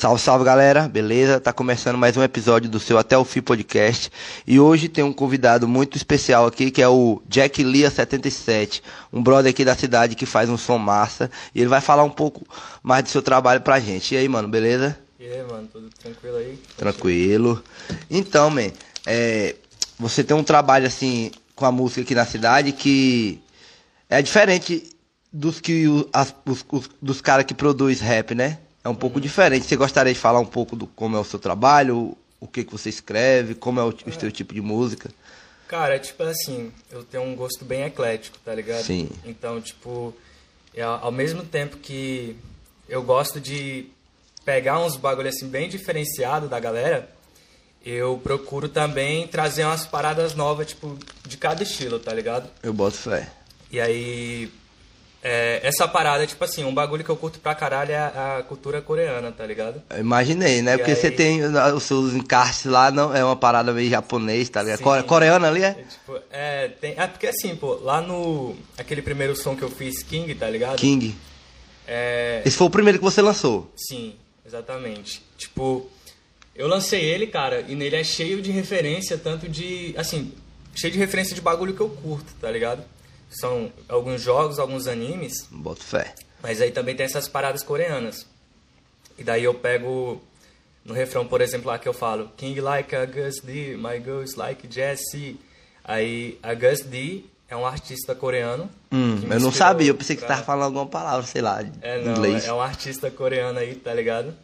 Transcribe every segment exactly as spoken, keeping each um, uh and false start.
Salve, salve galera, beleza? Tá começando mais um episódio do seu Até o Fim Podcast. E hoje tem um convidado muito especial aqui, que é o Jack Lia setenta e sete, um brother aqui da cidade que faz um som massa. E ele vai falar um pouco mais do seu trabalho pra gente. E aí, mano, beleza? E aí, mano, tudo tranquilo aí? Tranquilo. Então, man, é, você tem um trabalho assim com a música aqui na cidade que é diferente dos que o- as- os, os- dos caras que produz rap, né? É um pouco diferente. Você gostaria de falar um pouco do como é o seu trabalho, o que que você escreve, como é o, o seu tipo de música? Cara, tipo assim, eu tenho um gosto bem eclético, tá ligado? Sim. Então, tipo, eu- ao mesmo tempo que eu gosto de pegar uns bagulho assim bem diferenciado da galera, eu procuro também trazer umas paradas novas, tipo, de cada estilo, tá ligado? Eu boto fé. E aí, é, essa parada, tipo assim, um bagulho que eu curto pra caralho é a, a cultura coreana, tá ligado? Eu imaginei, né? E Porque aí- você tem ah, os seus encaixes lá, não é uma parada meio japonês, tá ligado? Sim. Core- Coreano ali, É, é? tipo, é, tem, é porque assim, pô, lá no, aquele primeiro som que eu fiz, King, tá ligado? King. É, Esse foi o primeiro que você lançou. sim, exatamente. Tipo, eu lancei ele, cara, e nele é cheio de referência, tanto de, assim, cheio de referência de bagulho que eu curto, tá ligado? São alguns jogos, alguns animes, Boto fé. mas aí também tem essas paradas coreanas. E daí eu pego no refrão, por exemplo, lá que eu falo King like a Gus D, my girls like Jessie. Aí a Gus D é um artista coreano. Hum, que me eu não inspirou sabia, eu pensei que você pra- tava falando alguma palavra, sei lá, É, em não, inglês. é um artista coreano aí, tá ligado?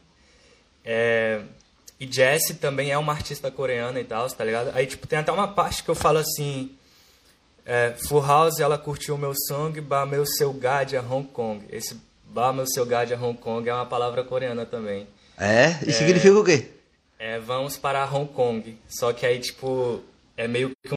É, e Jessie também é uma artista coreana e tal, tá ligado? Aí, tipo, tem até uma parte que eu falo assim... É, Full House, ela curtiu o meu song, Ba meu seu Gadia Hong Kong. Esse Ba meu seu Gadia Hong Kong é uma palavra coreana também. É? E significa o quê? É, vamos para Hong Kong. Só que aí, tipo, é meio que um...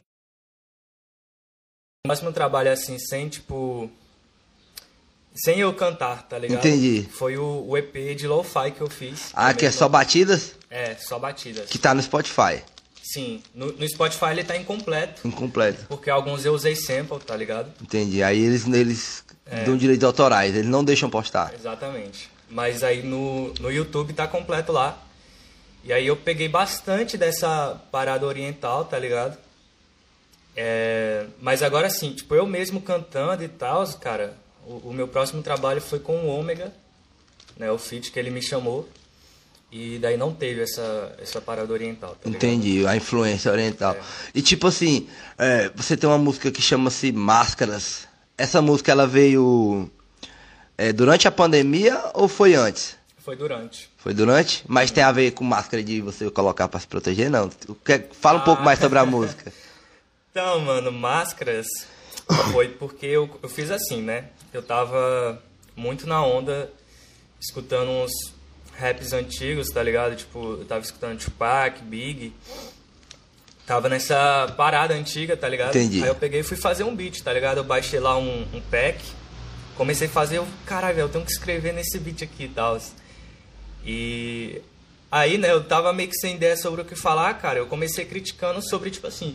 O máximo trabalho assim, sem, tipo... Sem eu cantar, tá ligado? Entendi. Foi o, o E P de Lo-Fi que eu fiz. Ah, Também que é só no- batidas? É, só batidas. Que tá no Spotify. Sim, no, no Spotify ele tá incompleto. Incompleto. Porque alguns eu usei sample, tá ligado? Entendi. Aí eles, eles É. dão direitos autorais, eles não deixam postar. Exatamente. Mas aí no, no YouTube tá completo lá. E aí eu peguei bastante dessa parada oriental, tá ligado? É, mas agora sim, tipo, eu mesmo cantando e tal, cara, o, o meu próximo trabalho foi com o Ômega, né? O feat que ele me chamou. E daí não teve essa, essa parada oriental, tá ligado? Entendi, a influência oriental. E tipo assim, é, você tem uma música que chama-se Máscaras. Essa música ela veio é, durante a pandemia ou foi antes? Foi durante. Foi durante? Mas tem a ver com máscara de você colocar pra se proteger, não? O que- Fala um pouco Ah. mais sobre a música. Então, mano, Máscaras foi porque eu, eu fiz assim, né? Eu tava muito na onda, escutando uns raps antigos, tá ligado? Tipo, eu tava escutando Tupac, Big. Tava nessa parada antiga, tá ligado? Entendi. Aí eu peguei e fui fazer um beat, tá ligado? Eu baixei lá um, um pack, comecei a fazer, eu, caralho, velho, eu tenho que escrever nesse beat aqui e tal. E aí, né, eu tava meio que sem ideia sobre o que falar, cara. Eu comecei criticando sobre, tipo assim,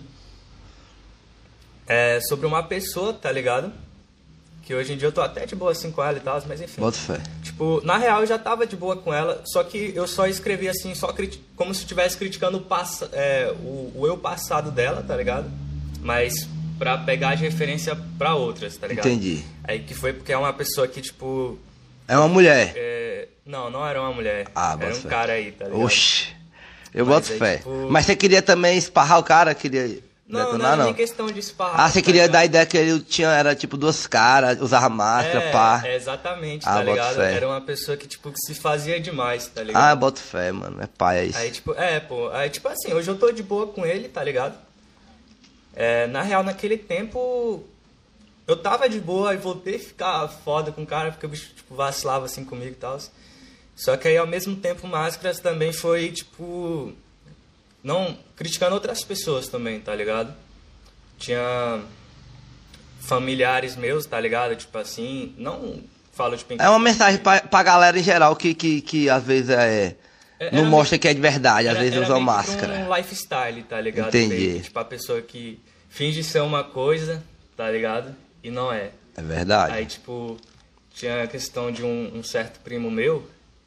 é, sobre uma pessoa, tá ligado? Que hoje em dia eu tô até de boa assim com ela e tal, mas enfim. Bota fé. Tipo, na real eu já tava de boa com ela, só que eu só escrevi assim, só criti- como se estivesse criticando o, passa- é, o, o eu passado dela, tá ligado? Mas pra pegar de referência pra outras, tá ligado? Entendi. Aí que foi porque é uma pessoa que, tipo... É uma mulher. é, Não, não era uma mulher. Ah, era bota um fé. cara aí, tá ligado? Oxi. Eu Mas boto aí, fé. tipo- Mas você queria também esparrar o cara? Queria Não, não detonar, era não? nem questão de esparrar. Ah, você tá queria ligado? dar a ideia que ele tinha, era tipo duas caras, usava máscara, é, pá. é, exatamente, Ah, tá boto ligado? fé. Era uma pessoa que, tipo, que se fazia demais, tá ligado? Ah, eu boto fé, mano. É pai, é isso. Aí, tipo, é, pô. Aí, tipo assim, hoje eu tô de boa com ele, tá ligado? É, na real, naquele tempo, eu tava de boa e voltei a ficar foda com o cara, porque o bicho, tipo, vacilava assim comigo e tal. Só que aí, ao mesmo tempo, Máscaras também foi, tipo... Não, criticando outras pessoas também, tá ligado? Tinha familiares meus, tá ligado? Tipo assim, não falo de É uma mensagem pra, pra galera em geral que, que, que às vezes é. É- não era mostra meio- que é de verdade, às Era- vezes era usa meio que máscara. um lifestyle, tá ligado? Entendi. Meio que, tipo, a pessoa que finge ser uma coisa, tá ligado? E não é. É verdade. Aí, tipo, tinha a questão de um, um certo primo meu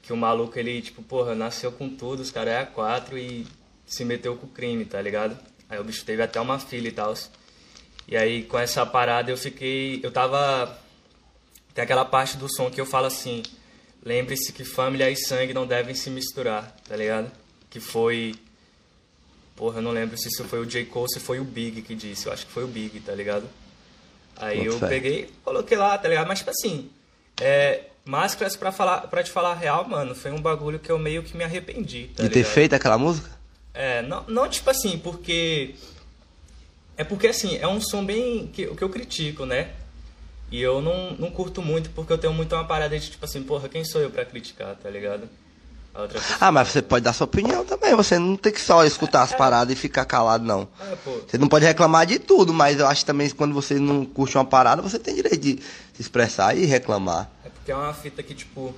que o maluco, ele, tipo, porra, nasceu com tudo, os caras é A quatro e se meteu com o crime, tá ligado? Aí o bicho teve até uma filha e tal. E aí, com essa parada, eu fiquei... Eu tava... Tem aquela parte do som que eu falo assim... Lembre-se que família e sangue não devem se misturar, tá ligado? Que foi... Porra, eu não lembro se isso foi o J. Cole ou se foi o Big que disse. Eu acho que foi o Big, tá ligado? Aí eu peguei, coloquei lá, tá ligado? Mas, tipo assim... É... Máscaras, pra, falar, pra te falar a real, mano, foi um bagulho que eu meio que me arrependi, tá De ter ligado? feito aquela música? É, não, não tipo assim, porque... É porque, assim, é um som bem... que, que eu critico, né? E eu não, não curto muito, porque eu tenho muito uma parada de, tipo assim, porra, quem sou eu pra criticar, tá ligado? A outra pessoa. Ah, mas você pode dar sua opinião também, você não tem que só escutar é, as paradas é. e ficar calado, não. É, pô. Você não pode reclamar de tudo, mas eu acho que também quando você não curte uma parada, você tem direito de se expressar e reclamar. É porque é uma fita que, tipo...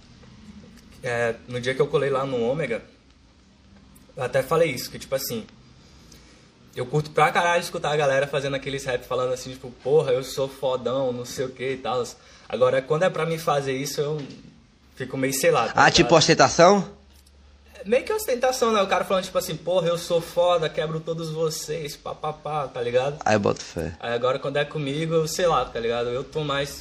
É, no dia que eu colei lá no Ômega, eu até falei isso, que, tipo assim... Eu curto pra caralho escutar a galera fazendo aqueles rap falando assim, tipo, porra, eu sou fodão, não sei o que e tal. Agora, quando é pra mim fazer isso, eu fico meio, sei lá. Tá ah, ligado? tipo ostentação? Meio que ostentação, né? O cara falando, tipo assim, porra, eu sou foda, quebro todos vocês, papapá, tá ligado? Aí eu boto fé. Aí agora, quando é comigo, eu sei lá, tá ligado? Eu tô mais...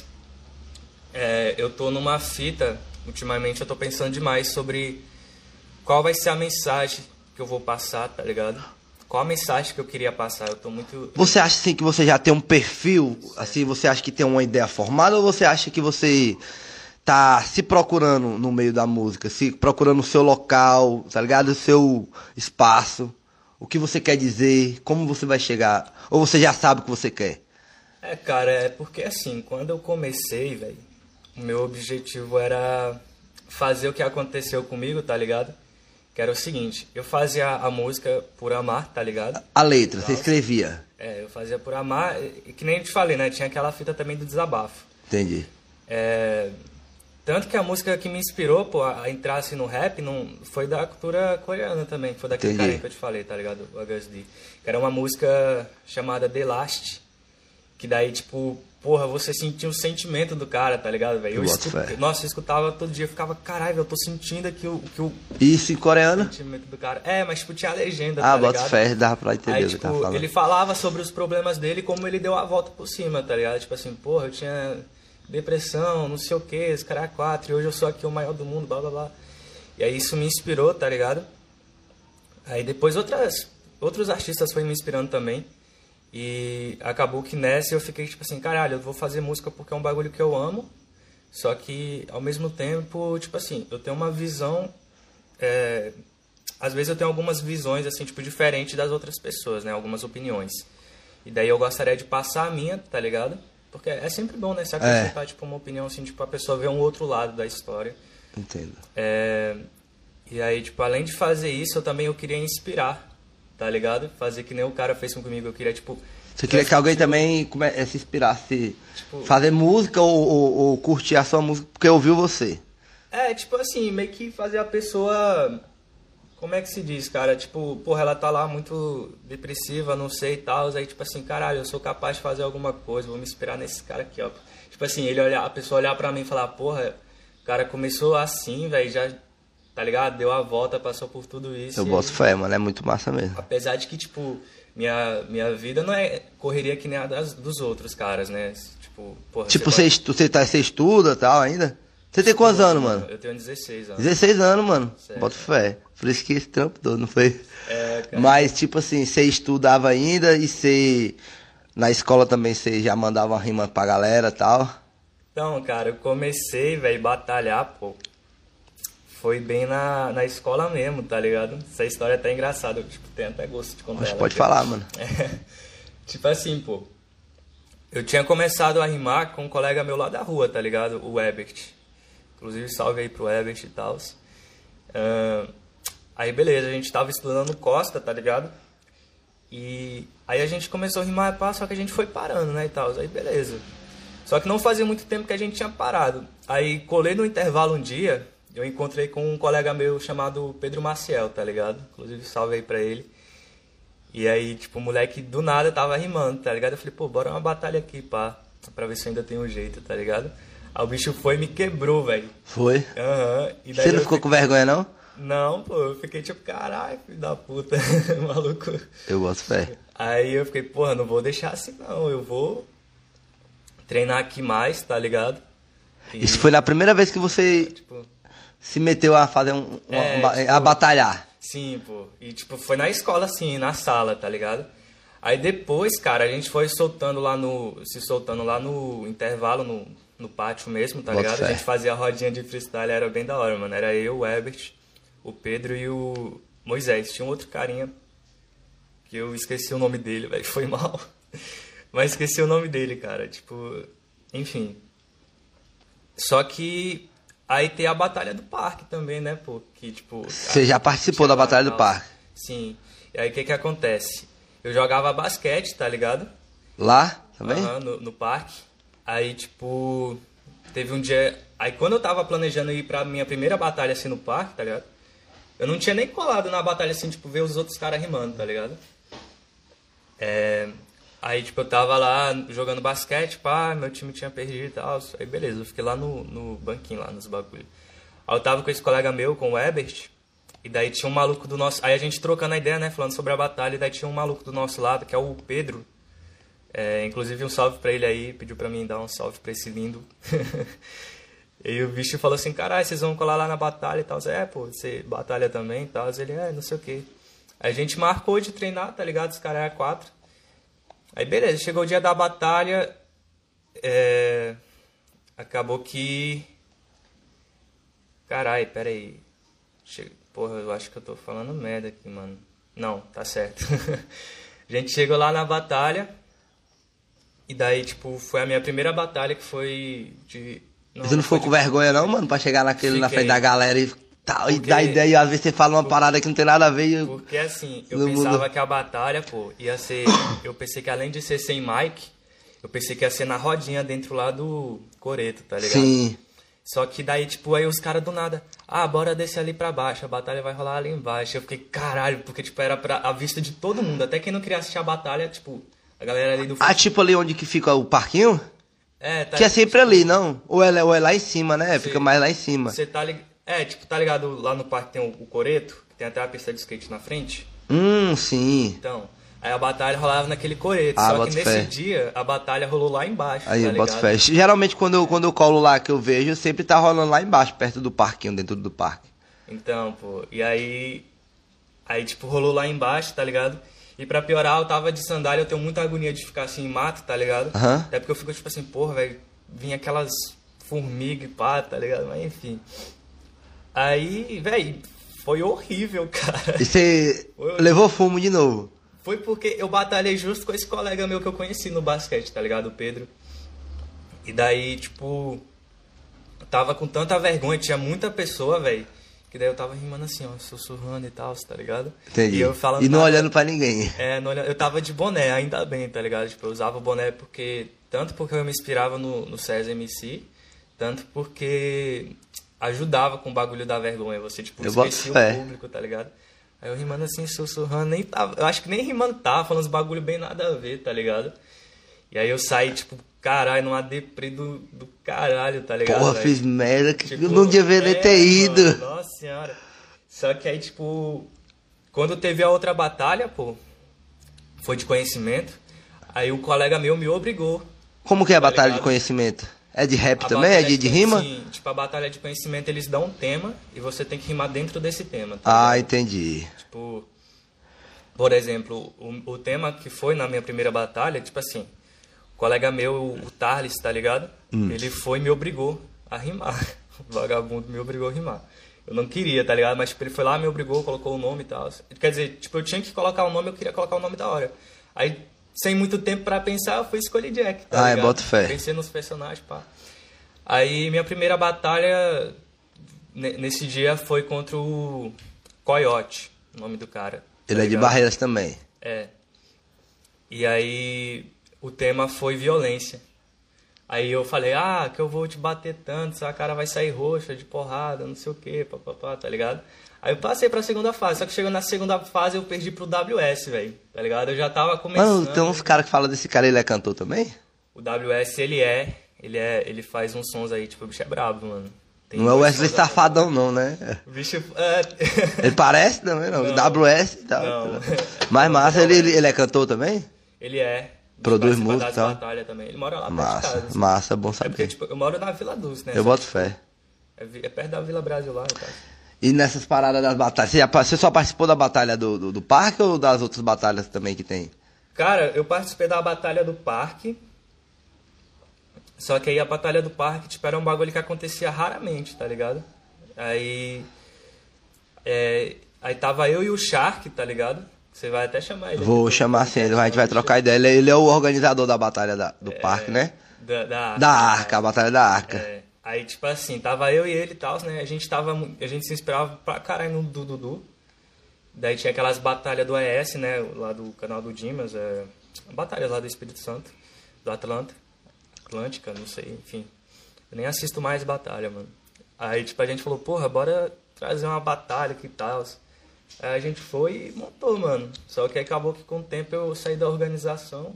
É, eu tô numa fita, ultimamente eu tô pensando demais sobre qual vai ser a mensagem que eu vou passar, tá ligado? Qual a mensagem que eu queria passar? Eu tô muito... Você acha assim que você já tem um perfil? Assim, você acha que tem uma ideia formada ou você acha que você tá se procurando no meio da música, se procurando o seu local, tá ligado? O seu espaço, o que você quer dizer, como você vai chegar? Ou você já sabe o que você quer? É, cara, é porque assim, quando eu comecei, velho, o meu objetivo era fazer o que aconteceu comigo, tá ligado? Que era o seguinte, eu fazia a música por amar, tá ligado? A letra, você escrevia? É, eu fazia por amar, e que nem eu te falei, né? Tinha aquela fita também do desabafo. Entendi. É, tanto que a música que me inspirou, pô, a entrar assim no rap, não, foi da cultura coreana também. Foi daquele Entendi. cara que eu te falei, tá ligado? O H S D. Que era uma música chamada The Last. Que daí, tipo, porra, você sentia o sentimento do cara, tá ligado, velho? Eu, eu escut... Nossa, eu escutava todo dia, eu ficava, caralho, eu tô sentindo aqui o, que o... Isso em coreano? O sentimento do cara. É, mas, tipo, tinha a legenda, ah, tá bota ligado? fé, dava pra entender aí, o que tipo, tava falando. Ele falava sobre os problemas dele, como ele deu a volta por cima, tá ligado? Tipo assim, porra, eu tinha depressão, não sei o que, esse cara é quatro, e hoje eu sou aqui o maior do mundo, blá, blá, blá. E aí isso me inspirou, tá ligado? Aí depois outras, outros artistas foram me inspirando também. E acabou que nessa eu fiquei tipo assim, caralho, eu vou fazer música porque é um bagulho que eu amo. Só que, ao mesmo tempo, tipo assim, eu tenho uma visão... É, às vezes eu tenho algumas visões, assim, tipo, diferentes das outras pessoas, né? Algumas opiniões. E daí eu gostaria de passar a minha, tá ligado? Porque é sempre bom, né? Se acrescentar, é. tipo, uma opinião, assim, tipo, a pessoa ver um outro lado da história. Entendo. É, e aí, tipo, além de fazer isso, eu também eu queria inspirar, tá ligado? Fazer que nem o cara fez comigo. Eu queria, tipo... Você queria que alguém tipo, também come... se inspirasse, tipo, fazer música ou, ou, ou curtir a sua música porque ouviu você? É, tipo assim, meio que fazer a pessoa... Como é que se diz, cara? Tipo, porra, ela tá lá muito depressiva, não sei e tal. Aí, tipo assim, caralho, eu sou capaz de fazer alguma coisa, vou me inspirar nesse cara aqui, ó. Tipo assim, ele olhar, a pessoa olhar pra mim e falar, porra, o cara começou assim, velho, já... Tá ligado? Deu a volta, passou por tudo isso. Eu boto fé, mano, é muito massa mesmo. Apesar de que, tipo, minha, minha vida não é correria que nem a das, dos outros caras, né? Tipo, porra, tipo você, estu, você, tá, você estuda e tal ainda? Você tem quantos anos, mano? Eu tenho dezesseis anos. dezesseis anos, mano. Sério? Boto fé. Por isso que esse trampo todo, não foi? É, cara. Mas, tipo assim, você estudava ainda e você... Na escola também você já mandava uma rima pra galera e tal? Então, cara, eu comecei, velho, batalhar, pô. Foi bem na, na escola mesmo, tá ligado? Essa história é até engraçada, eu tipo, tenho até gosto de contar. Mas ela, pode aqui. falar, mano. É, tipo assim, pô. Eu tinha começado a rimar com um colega meu lá da rua, tá ligado? O Ebert. Inclusive, salve aí pro Ebert e tal. Uh, aí, beleza, a gente tava estudando no Costa, tá ligado? E aí a gente começou a rimar, pá, só que a gente foi parando, né, e tal. Aí, beleza. Só que não fazia muito tempo que a gente tinha parado. Aí, colei no intervalo um dia... Eu encontrei com um colega meu chamado Pedro Maciel, tá ligado? Inclusive, salve aí pra ele. E aí, tipo, o moleque do nada tava rimando, tá ligado? Eu falei, pô, bora uma batalha aqui, pá. Pra ver se eu ainda tenho um jeito, tá ligado? Aí o bicho foi e me quebrou, velho. Foi? Aham. Uhum. Você não ficou fiquei... com vergonha, não? Não, pô, eu fiquei tipo, caralho, filho da puta, maluco. Eu boto fé. Aí eu fiquei, porra, não vou deixar assim não, eu vou treinar aqui mais, tá ligado? E... Isso foi na primeira vez que você tipo... se meteu a fazer um... Uma, é, uma, tipo... a batalhar? Sim, pô. E tipo, foi na escola assim, na sala, tá ligado? Aí depois, cara, a gente foi soltando lá no... se soltando lá no intervalo, no, no pátio mesmo, tá ligado? A gente fazia a rodinha de freestyle, era bem da hora, mano. Era eu, o Ebert, o Pedro e o Moisés. Tinha um outro carinha que eu esqueci o nome dele, velho, foi mal. Mas esqueci o nome dele, cara, tipo, enfim. Só que aí tem a Batalha do Parque também, né, pô, que tipo... Você já participou da Batalha do Parque? Sim. E aí o que que acontece? Eu jogava basquete, tá ligado? Lá também? Uhum, no, no parque. Aí, tipo, teve um dia... Aí quando eu tava planejando ir pra minha primeira batalha assim no parque, tá ligado? Eu não tinha nem colado na batalha assim, tipo, ver os outros caras rimando, tá ligado? É... Aí, tipo, eu tava lá jogando basquete, pá, meu time tinha perdido e tal. Aí, beleza, eu fiquei lá no, no banquinho, lá nos bagulhos. Aí eu tava com esse colega meu, com o Ebert, e daí tinha um maluco do nosso... Aí a gente trocando a ideia, né, falando sobre a batalha, e daí tinha um maluco do nosso lado, que é o Pedro. É, inclusive, um salve pra ele aí, pediu pra mim dar um salve pra esse lindo. E o bicho falou assim, caralho, vocês vão colar lá na batalha e tal. É, pô, você batalha também e tal. Ele, é, não sei o quê. Aí a gente marcou de treinar, tá ligado? Os caras eram quatro. Aí beleza, chegou o dia da batalha, é... acabou que... Caralho, pera aí. Che... Porra, eu acho que eu tô falando merda aqui, mano. Não, tá certo. A gente chegou lá na batalha, e daí, tipo, foi a minha primeira batalha que foi de... Não, você não ficou com de... vergonha não, mano, pra chegar naquele, na frente da galera e tal, porque... e dar ideia, e às vezes você fala uma Por... parada que não tem nada a ver e... Porque assim, eu pensava mundo... que a batalha, pô, ia ser... Eu pensei que além de ser sem mic, eu pensei que ia ser na rodinha dentro lá do coreto, tá ligado? Sim. Só que daí, tipo, aí os caras do nada, ah, bora descer ali pra baixo, a batalha vai rolar ali embaixo. Eu fiquei, caralho, porque, tipo, era pra, a vista de todo mundo, até quem não queria assistir a batalha, tipo, a galera ali do... Ah, tipo ali onde que fica o parquinho? É, tá... Que é sempre tipo, ali, não? Ou é, ou é lá em cima, né? Cê, fica mais lá em cima. Você tá ligado? É, tipo, tá ligado, lá no parque tem o, o coreto, que tem até a pista de skate na frente? Hum, sim. Então... Aí a batalha rolava naquele coreto, ah, só que nesse fé. dia a batalha rolou lá embaixo, aí, tá eu ligado? boto fé. Geralmente quando eu, quando eu colo lá que eu vejo, sempre tá rolando lá embaixo, perto do parquinho, dentro do parque. Então, pô, e aí, aí tipo, rolou lá embaixo, tá ligado? E pra piorar, eu tava de sandália, eu tenho muita agonia de ficar assim em mato, tá ligado? Uhum. Até porque eu fico tipo assim, porra, velho, vinha aquelas formigas e pá, tá ligado? Mas enfim. Aí, velho, foi horrível, cara. E você levou fumo de novo? Foi porque eu batalhei justo com esse colega meu que eu conheci no basquete, tá ligado? O Pedro. E daí, tipo... Eu tava com tanta vergonha, tinha muita pessoa, velho. Que daí eu tava rimando assim, ó, sussurrando e tal, tá ligado? Entendi. E, eu falando e não nada, olhando pra ninguém. É, não olhando, eu tava de boné, ainda bem, tá ligado? Tipo, eu usava o boné porque... Tanto porque eu me inspirava no, no César M C, tanto porque ajudava com o bagulho da vergonha. Você, tipo, esquecia o público, tá ligado? Aí eu rimando assim, sussurrando, nem tava... Eu acho que nem rimando tava, falando uns bagulho bem nada a ver, tá ligado? E aí eu saí, tipo, caralho, numa deprê do, do caralho, tá ligado? Porra, véio? fiz merda que tipo, eu não devia nem é, ter ido. Mano, nossa senhora. Só que aí, tipo, quando teve a outra batalha, pô, foi de conhecimento, aí o colega meu me obrigou. Como que é a tá batalha ligado? de conhecimento? É de rap a também? É de, de, de rima? Sim, tipo, a batalha de conhecimento, eles dão um tema e você tem que rimar dentro desse tema. Tá ah, ligado? entendi. Tipo... Por exemplo, o, o tema que foi na minha primeira batalha, tipo assim, o colega meu, o Tarles, tá ligado? Hum. Ele foi e me obrigou a rimar. O vagabundo me obrigou a rimar. Eu não queria, tá ligado? Mas tipo, ele foi lá, me obrigou, colocou o nome e tal. Quer dizer, tipo, eu tinha que colocar o nome, eu queria colocar o nome da hora. Aí, sem muito tempo pra pensar, eu fui escolher Jack, tá ah, ligado? Ah, boto fé. Pensei nos personagens, pá. Aí, minha primeira batalha, nesse dia, foi contra o Coyote, o nome do cara. Ele tá é de Barreiras também. É. E aí o tema foi violência. Aí eu falei, ah, que eu vou te bater tanto, sua cara vai sair roxa de porrada, não sei o que, papapá, tá ligado? Aí eu passei pra segunda fase, só que chegou na segunda fase eu perdi pro W S, velho, tá ligado? Eu já tava começando... Mano, tem uns caras que falam desse cara, ele é cantor também? O W S, ele é, Ele, é, ele faz uns sons aí, tipo, o bicho é brabo, mano. Tem não é o dois Wesley sons Safadão, não, né? O bicho... É... Ele parece também, não. Não. W S e tal. Não. Mas massa, ele, ele, ele é cantor também? Ele é. Produz participa música e das tal. batalhas também. Ele mora lá perto de Massa, casa. assim. massa, bom É porque, saber. tipo, eu moro na Vila Dulce, né? Eu Só boto que, fé. É, vi- é perto da Vila Brasil lá e tal. E nessas paradas das batalhas, você, já, você só participou da batalha do, do, do parque ou das outras batalhas também que tem? Cara, eu participei da Batalha do Parque. Só que aí a Batalha do Parque, tipo, era um bagulho que acontecia raramente, tá ligado? Aí... é, aí tava eu e o Shark, tá ligado? Você vai até chamar ele. Vou aqui, chamar assim, a gente vai trocar ideia. Ele, ele é o organizador da batalha da- do parque, né? Da, da Arca. Da Arca, a batalha da Arca. É, aí, tipo assim, tava eu e ele e tal, né? A gente tava... mu- A gente se inspirava pra caralho no Dudu. Daí tinha aquelas batalhas do E S, né? Lá do canal do Dimas. É, batalhas lá do Espírito Santo. Do Atlanta. Atlântica, não sei, enfim. Eu nem assisto mais batalha, mano. Aí, tipo, a gente falou, porra, bora trazer uma batalha que tal. Aí a gente foi e montou, mano. Só que acabou que com o tempo eu saí da organização.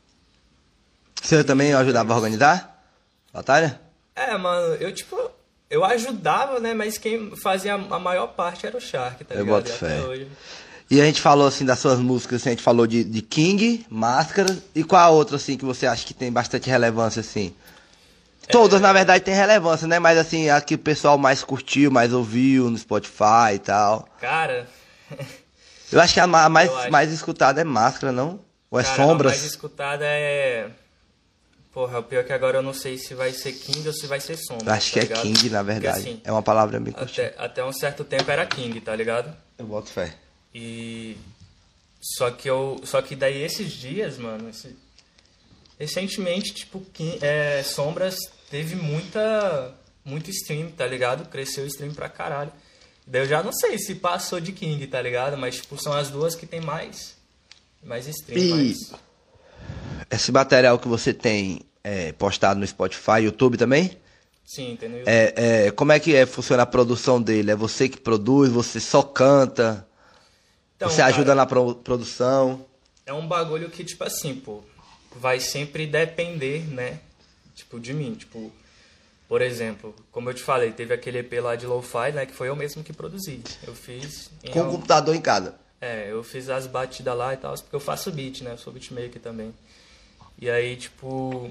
Você também ajudava a organizar? Batalha? É, mano, eu, tipo... Eu ajudava, né? Mas quem fazia a maior parte era o Shark, tá Eu ligado? boto E até fé. hoje. E a gente falou assim das suas músicas, assim, a gente falou de, de King, Máscara, e qual a outra assim que você acha que tem bastante relevância assim? Todas, na verdade, tem relevância, né? Mas assim, a que o pessoal mais curtiu, mais ouviu no Spotify e tal. Cara... Eu acho que a, ma- a mais, Eu acho. mais escutada é Máscara, não? Ou é Cara, Sombras? a mais escutada é... Porra, o pior é que agora eu não sei se vai ser King ou se vai ser Sombra. Eu acho que tá é ligado? King, na Porque, verdade. assim, É uma palavra bem curtida. até, até um certo tempo era King, tá ligado? Eu boto fé. E... Só que eu... Só que daí esses dias, mano... esse- Recentemente, tipo, King, é, Sombras teve muita... Muito stream, tá ligado? Cresceu o stream pra caralho. Daí eu já não sei se passou de King, tá ligado? Mas, tipo, são as duas que tem mais... Mais stream, E mais... esse material que você tem é, postado no Spotify, YouTube também? Sim, entendeu? É, é, como é que é, funciona a produção dele? É você que produz, você só canta? Então, você ajuda cara, na pro- produção? É um bagulho que, tipo assim, pô, vai sempre depender, né? Tipo, de mim. Tipo, por exemplo, como eu te falei, teve aquele E P lá de Lo-Fi, né? Que foi eu mesmo que produzi. Eu fiz... em Com o al- computador em casa? É, eu fiz as batidas lá e tal, porque eu faço beat, né? Eu sou beatmaker também. E aí, tipo... O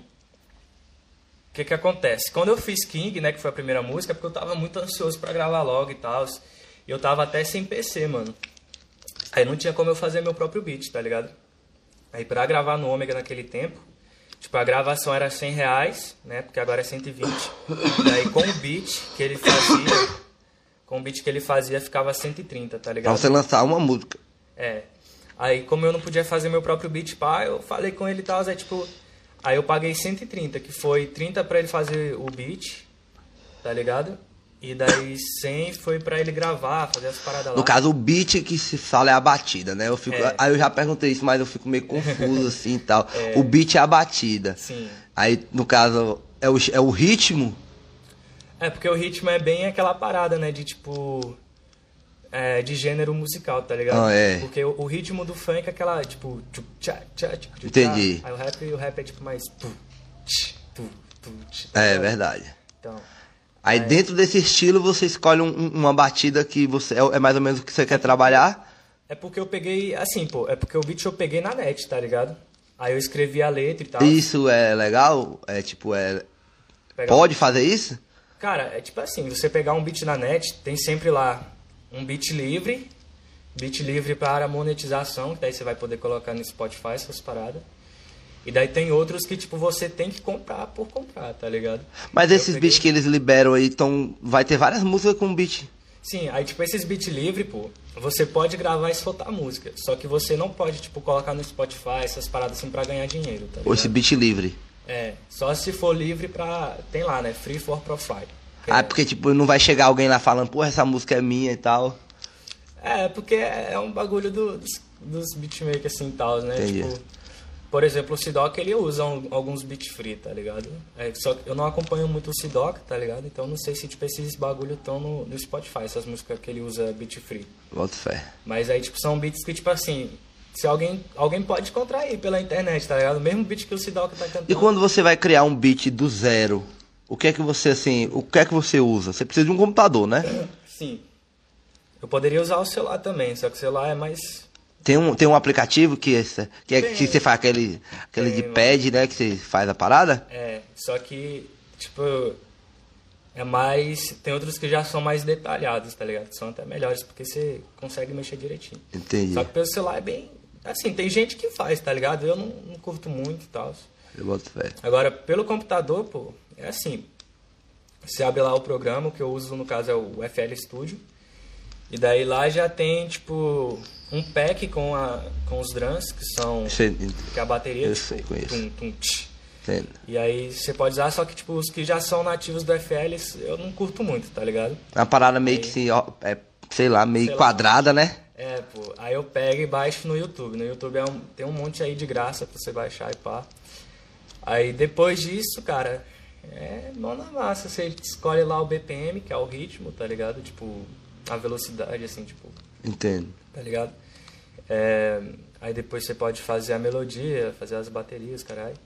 que que acontece? Quando eu fiz King, né? Que foi a primeira música, é porque eu tava muito ansioso pra gravar logo e tal. E eu tava até sem P C, mano. Aí não tinha como eu fazer meu próprio beat, tá ligado? Aí pra gravar no Ômega naquele tempo, tipo, a gravação era cem reais, né? Porque agora é cento e vinte. Daí com o beat que ele fazia, com o beat que ele fazia ficava cento e trinta, tá Pra ligado? você lançar uma música. É. Aí como eu não podia fazer meu próprio beat, pá, eu falei com ele e tal, aí tipo... Aí eu paguei cento e trinta, que foi trinta pra ele fazer o beat, tá ligado? E daí cem foi pra ele gravar, fazer as paradas lá. No caso, o beat que se fala é a batida, né? Eu fico, É. Aí eu já perguntei isso, mas eu fico meio confuso assim e tal. O beat é a batida. Sim. Aí, no caso, é o, é o ritmo? É, porque o ritmo é bem aquela parada, né? De tipo. É, de gênero musical, tá ligado? Ah, é. Porque o, o ritmo do funk é aquela, tipo. Tchup, tchá, tchá, tchup, tchup, Entendi. tchá. Aí o rap, o rap é tipo mais. Tu, tch, tu, tu, tch, tá É ligado? verdade. Então. Aí dentro desse estilo você escolhe um- um- uma batida que você é, é mais ou menos o que você quer trabalhar. É porque eu peguei. Assim, pô, é porque o beat eu peguei na net, tá ligado? Aí eu escrevi a letra e tal. Isso é legal? É tipo, é. Pegar um- Pode fazer isso? Cara, é tipo assim, você pegar um beat na net, tem sempre lá um beat livre, beat livre para monetização, que daí você vai poder colocar no Spotify essas paradas. E daí tem outros que, tipo, você tem que comprar por comprar, tá ligado? Mas Eu esses peguei- beats que eles liberam aí, então vai ter várias músicas com beat. Sim, aí, tipo, esses beat livre, pô, você pode gravar e soltar música. Só que você não pode, tipo, colocar no Spotify essas paradas assim pra ganhar dinheiro, tá Ou esse ligado? beat livre. É, só se for livre pra... Tem lá, né? Free for profile. Que Ah, é- porque tipo, não vai chegar alguém lá falando, porra, essa música é minha e tal. É, porque é um bagulho do- dos, dos beatmakers assim e tal, né? Entendi. Tipo, por exemplo, o Sidoc, ele usa um- alguns beat free, tá ligado? É, só que eu não acompanho muito o Sidoc, tá ligado? Então não sei se tipo, esses bagulho estão no, no Spotify, essas músicas que ele usa beat free. Boto fé. Mas aí, tipo, são beats que, tipo assim, se alguém, alguém pode encontrar aí pela internet, tá ligado? O mesmo beat que o Sidoca tá cantando. E quando você vai criar um beat do zero, o que é que você, assim, o que é que você usa? Você precisa de um computador, né? Sim. Eu poderia usar o celular também, só que o celular é mais... Tem um, tem um aplicativo que, esse, que, é, que você faz aquele, aquele Tem, de pad, né? Que você faz a parada? É, só que, tipo, é mais... Tem outros que já são mais detalhados, tá ligado? São até melhores, porque você consegue mexer direitinho. Entendi. Só que pelo celular é bem... Assim, tem gente que faz, tá ligado? Eu não, não curto muito e tal. Eu boto fé. Agora, pelo computador, pô, é assim. Você abre lá o programa, o que eu uso no caso é o F L Studio. E daí lá já tem, tipo, um pack com, a, com os drums, que são... Sei, que é a bateria, eu tipo, sei, conheço. tum, tum, tch. Entendo. E aí você pode usar, só que, tipo, os que já são nativos do F L, eu não curto muito, tá ligado? Uma parada meio Aí- que se, ó, é, sei lá, meio Sei lá. quadrada, né? É, pô, aí eu pego e baixo no YouTube. No YouTube é um, tem um monte aí de graça pra você baixar e pá. Aí depois disso, cara, é mão na massa. Você escolhe lá o B P M, que é o ritmo, tá ligado? Tipo, a velocidade, assim, tipo, Entendo. tá ligado? É, aí depois você pode fazer a melodia, fazer as baterias, caralho.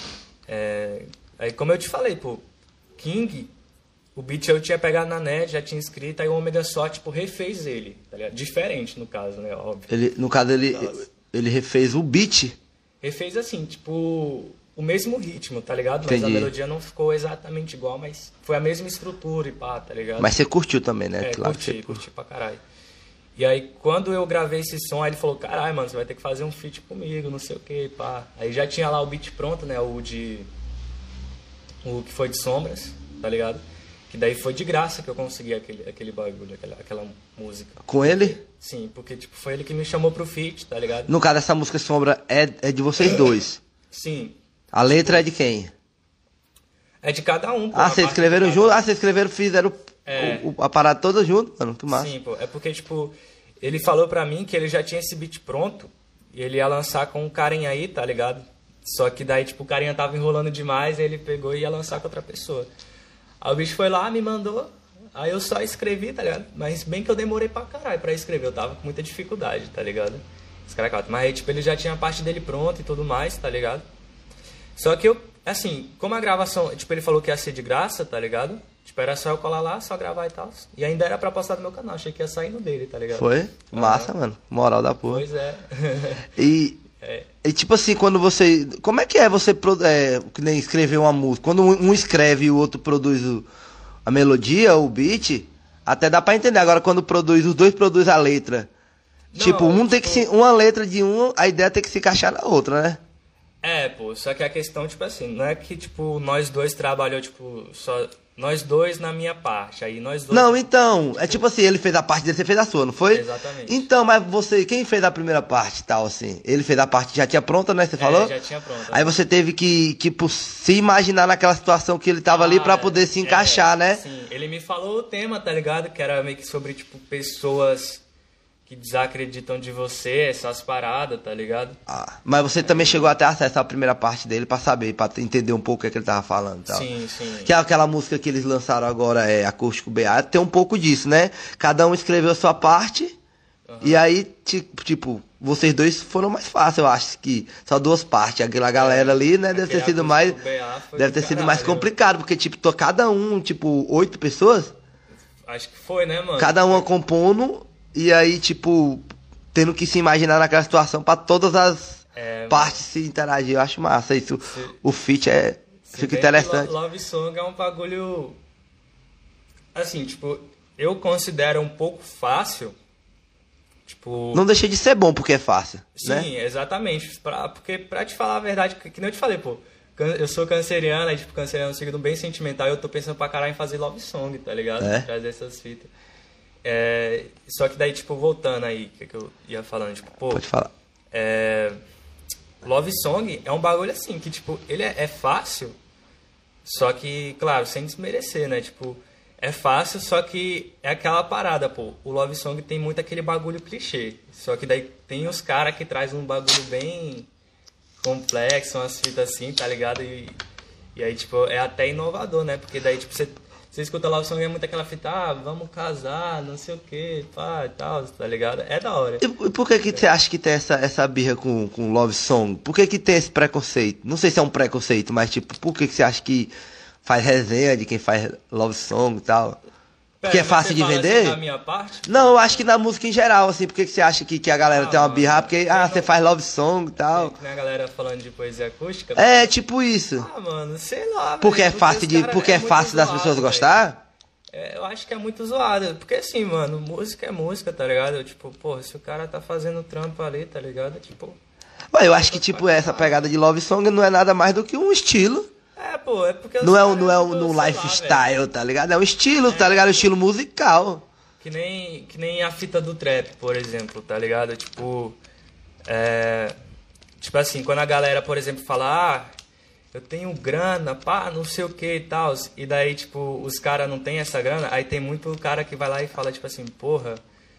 É, aí como eu te falei, pô, King, o beat eu tinha pegado na net, já tinha escrito, aí o Omega só, tipo, refez ele, tá ligado? Diferente, no caso, né, óbvio. Ele, no caso, ele, Nossa. ele refez o beat. Refez assim, tipo, o mesmo ritmo, tá ligado? Mas Entendi. a melodia não ficou exatamente igual, mas foi a mesma estrutura e pá, tá ligado? Mas você curtiu também, né? É, Claro que curti, você curti pra caralho. E aí, quando eu gravei esse som, aí ele falou, caralho, mano, você vai ter que fazer um feat comigo, não sei o que, pá. Aí já tinha lá o beat pronto, né, o de... O que foi de Sombras, tá ligado? Que daí foi de graça que eu consegui aquele, aquele bagulho, aquela, aquela música. Com ele? Sim, porque, tipo, foi ele que me chamou pro feat, tá ligado? No caso, essa música Sombra é, é de vocês dois. Sim. A letra é de quem? É de cada um, pô. Ah, a vocês parte escreveram de cada junto? um. Ah, vocês escreveram, fizeram É. o- o- a parada toda junto, mano. Que massa. Sim, pô. É porque, tipo, ele falou pra mim que ele já tinha esse beat pronto e ele ia lançar com um carinha aí, tá ligado? Só que daí, tipo, o carinha tava enrolando demais e ele pegou e ia lançar com outra pessoa. Aí o bicho foi lá, me mandou, aí eu só escrevi, tá ligado? Mas bem que eu demorei pra caralho pra escrever, eu tava com muita dificuldade, tá ligado? Escracado. Mas aí, tipo, ele já tinha a parte dele pronta e tudo mais, tá ligado? Só que eu, assim, como a gravação, tipo, ele falou que ia ser de graça, tá ligado? Tipo, era só eu colar lá, só gravar e tal. E ainda era pra postar no meu canal, achei que ia sair no dele, tá ligado? Foi? Massa, mano. Moral da porra. Pois é. E, É. e tipo assim, quando você. Como é que é você pro- é, que nem escrever uma música? Quando um, um escreve e o outro produz o- a melodia, o beat, até dá pra entender. Agora, quando produz, os dois produzem a letra. Não, tipo, um tem que tipo- se. Uma letra de um, a ideia tem que se encaixar na outra, né? É, pô, só que a questão, tipo assim, não é que, tipo, nós dois trabalhou, tipo, só... Nós dois na minha parte, aí nós dois... Não, então, é tipo assim, ele fez a parte dele, você fez a sua, não foi? Exatamente. Então, mas você, quem fez a primeira parte e tal, assim? Ele fez a parte, já tinha pronta, né? Você falou? já tinha pronta. Aí você teve que, tipo, se imaginar naquela situação que ele tava ali pra Ah, poder se é, encaixar, né? Sim, ele me falou o tema, tá ligado? Que era meio que sobre, tipo, pessoas que desacreditam de você, essas paradas, tá ligado? Ah, mas você também chegou até a acessar a primeira parte dele pra saber, pra entender um pouco o que, é que ele tava falando e tal. Sim, sim. Que é aquela música que eles lançaram agora, é Acústico B A, tem um pouco disso, né? Cada um escreveu a sua parte, e aí, tipo, tipo, vocês dois foram mais fácil, eu acho que só duas partes. Aquela galera ali, né, deve ter Aquele sido mais. Acústico B A foi Deve do ter sido caralho. mais complicado, porque, tipo, tô cada um, tipo, oito pessoas, Acho que foi, né, mano? cada uma compondo, e aí, tipo, tendo que se imaginar naquela situação pra todas as É, partes se interagir. Eu acho massa isso. Se- O feat é. Se Fica bem que interessante. Lo- Love Song é um bagulho... Assim, tipo, eu considero um pouco fácil. Tipo... Não deixa de ser bom porque é fácil, Sim, né? exatamente. Pra, porque, pra te falar a verdade, que, que nem eu te falei, pô, can- eu sou canceriano, aí, tipo, canceriano é um signo bem sentimental, e eu tô pensando pra caralho em fazer love song, tá ligado? É? Trazer essas fitas. É, só que daí, tipo, voltando aí, o que, que eu ia falando, tipo, pô, Pode falar. é, love song é um bagulho assim, que, tipo, ele é, é fácil, só que, claro, sem desmerecer, né? Tipo, é fácil, só que é aquela parada, pô. O love song tem muito aquele bagulho clichê. Só que daí tem os caras que traz um bagulho bem complexo, umas fitas assim, tá ligado? E, e aí, tipo, é até inovador, né? Porque daí, tipo, você você escuta Love Song, é muito aquela fita, ah, vamos casar, não sei o que, pá, e tal, tá ligado? É da hora. E por que que você acha que tem essa, essa birra com, com Love Song? Por que que tem esse preconceito? Não sei se é um preconceito, mas tipo, por que que você acha que faz resenha de quem faz Love Song e tal? Porque é fácil de vender? Assim, da minha parte? Não, eu acho que na música em geral, assim, por que que você acha que, que a galera Ah, tem uma mano, birra? Porque, ah, não- você faz Love Song e tal. Tem a galera falando de poesia acústica. É, tipo isso. Ah, mano, sei lá, Porque é velho, fácil os de, cara porque é muito fácil das zoado, pessoas velho. gostar? É, eu acho que é muito zoado. Porque assim, mano, música é música, tá ligado? Eu, tipo, porra, se o cara tá fazendo trampo ali, tá ligado? Tipo. Ué, eu acho que, tipo, essa pegada de Love Song não é nada mais do que um estilo. É, pô, é porque. os Não é, um, cara não é um, muito, num sei lá, lifestyle, velho. tá ligado? É um estilo, tá ligado? Um estilo musical. Que nem, que nem a fita do trap, por exemplo, tá ligado? Tipo. É. Tipo assim, quando a galera, por exemplo, fala, ah, eu tenho grana, pá, não sei o que e tal. E daí, tipo, os caras não tem essa grana, aí tem muito cara que vai lá e fala, tipo assim, porra,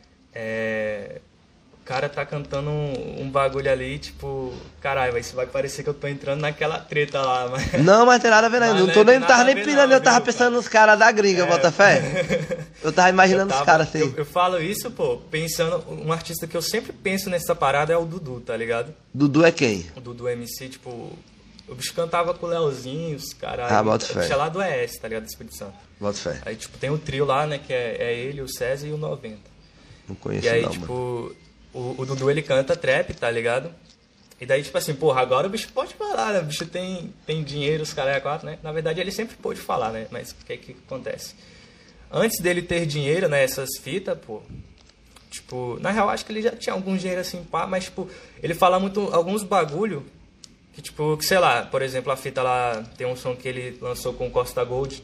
é. O cara tá cantando um, um bagulho ali, tipo, caralho, isso vai parecer que eu tô entrando naquela treta lá, mas. Não, mas tem nada a ver, não. Mas Não não tô nem, tem não tava nada a nem ver pirando, não, eu tava viu, pensando pai? nos caras da gringa, É. bota fé. Eu tava imaginando Eu os tava- caras assim. Eu, eu falo isso, pô, pensando. Um artista que eu sempre penso nessa parada é o Dudu, tá ligado? Dudu é quem? O Dudu M C, tipo. O bicho cantava com o Leozinho, os caras. Ah, bota fé. O bicho é lá do E S, tá ligado? Do Espírito Santo. Bota fé. Aí, tipo, tem o trio lá, né? Que é, é ele, o César e o noventa. Não conheço E aí, não, tipo, mano. o, o Dudu ele canta trap, tá ligado? E daí, tipo assim, porra, agora o bicho pode falar, né? O bicho tem, tem dinheiro, os caras é quatro, né? Na verdade, ele sempre pôde falar, né? Mas o que que acontece? Antes dele ter dinheiro, né? Essas fitas, pô. Tipo, na real, acho que ele já tinha algum dinheiro assim, pá, mas, tipo, ele fala muito alguns bagulho que, tipo, que, sei lá, por exemplo, a fita lá, tem um som que ele lançou com o Costa Gold,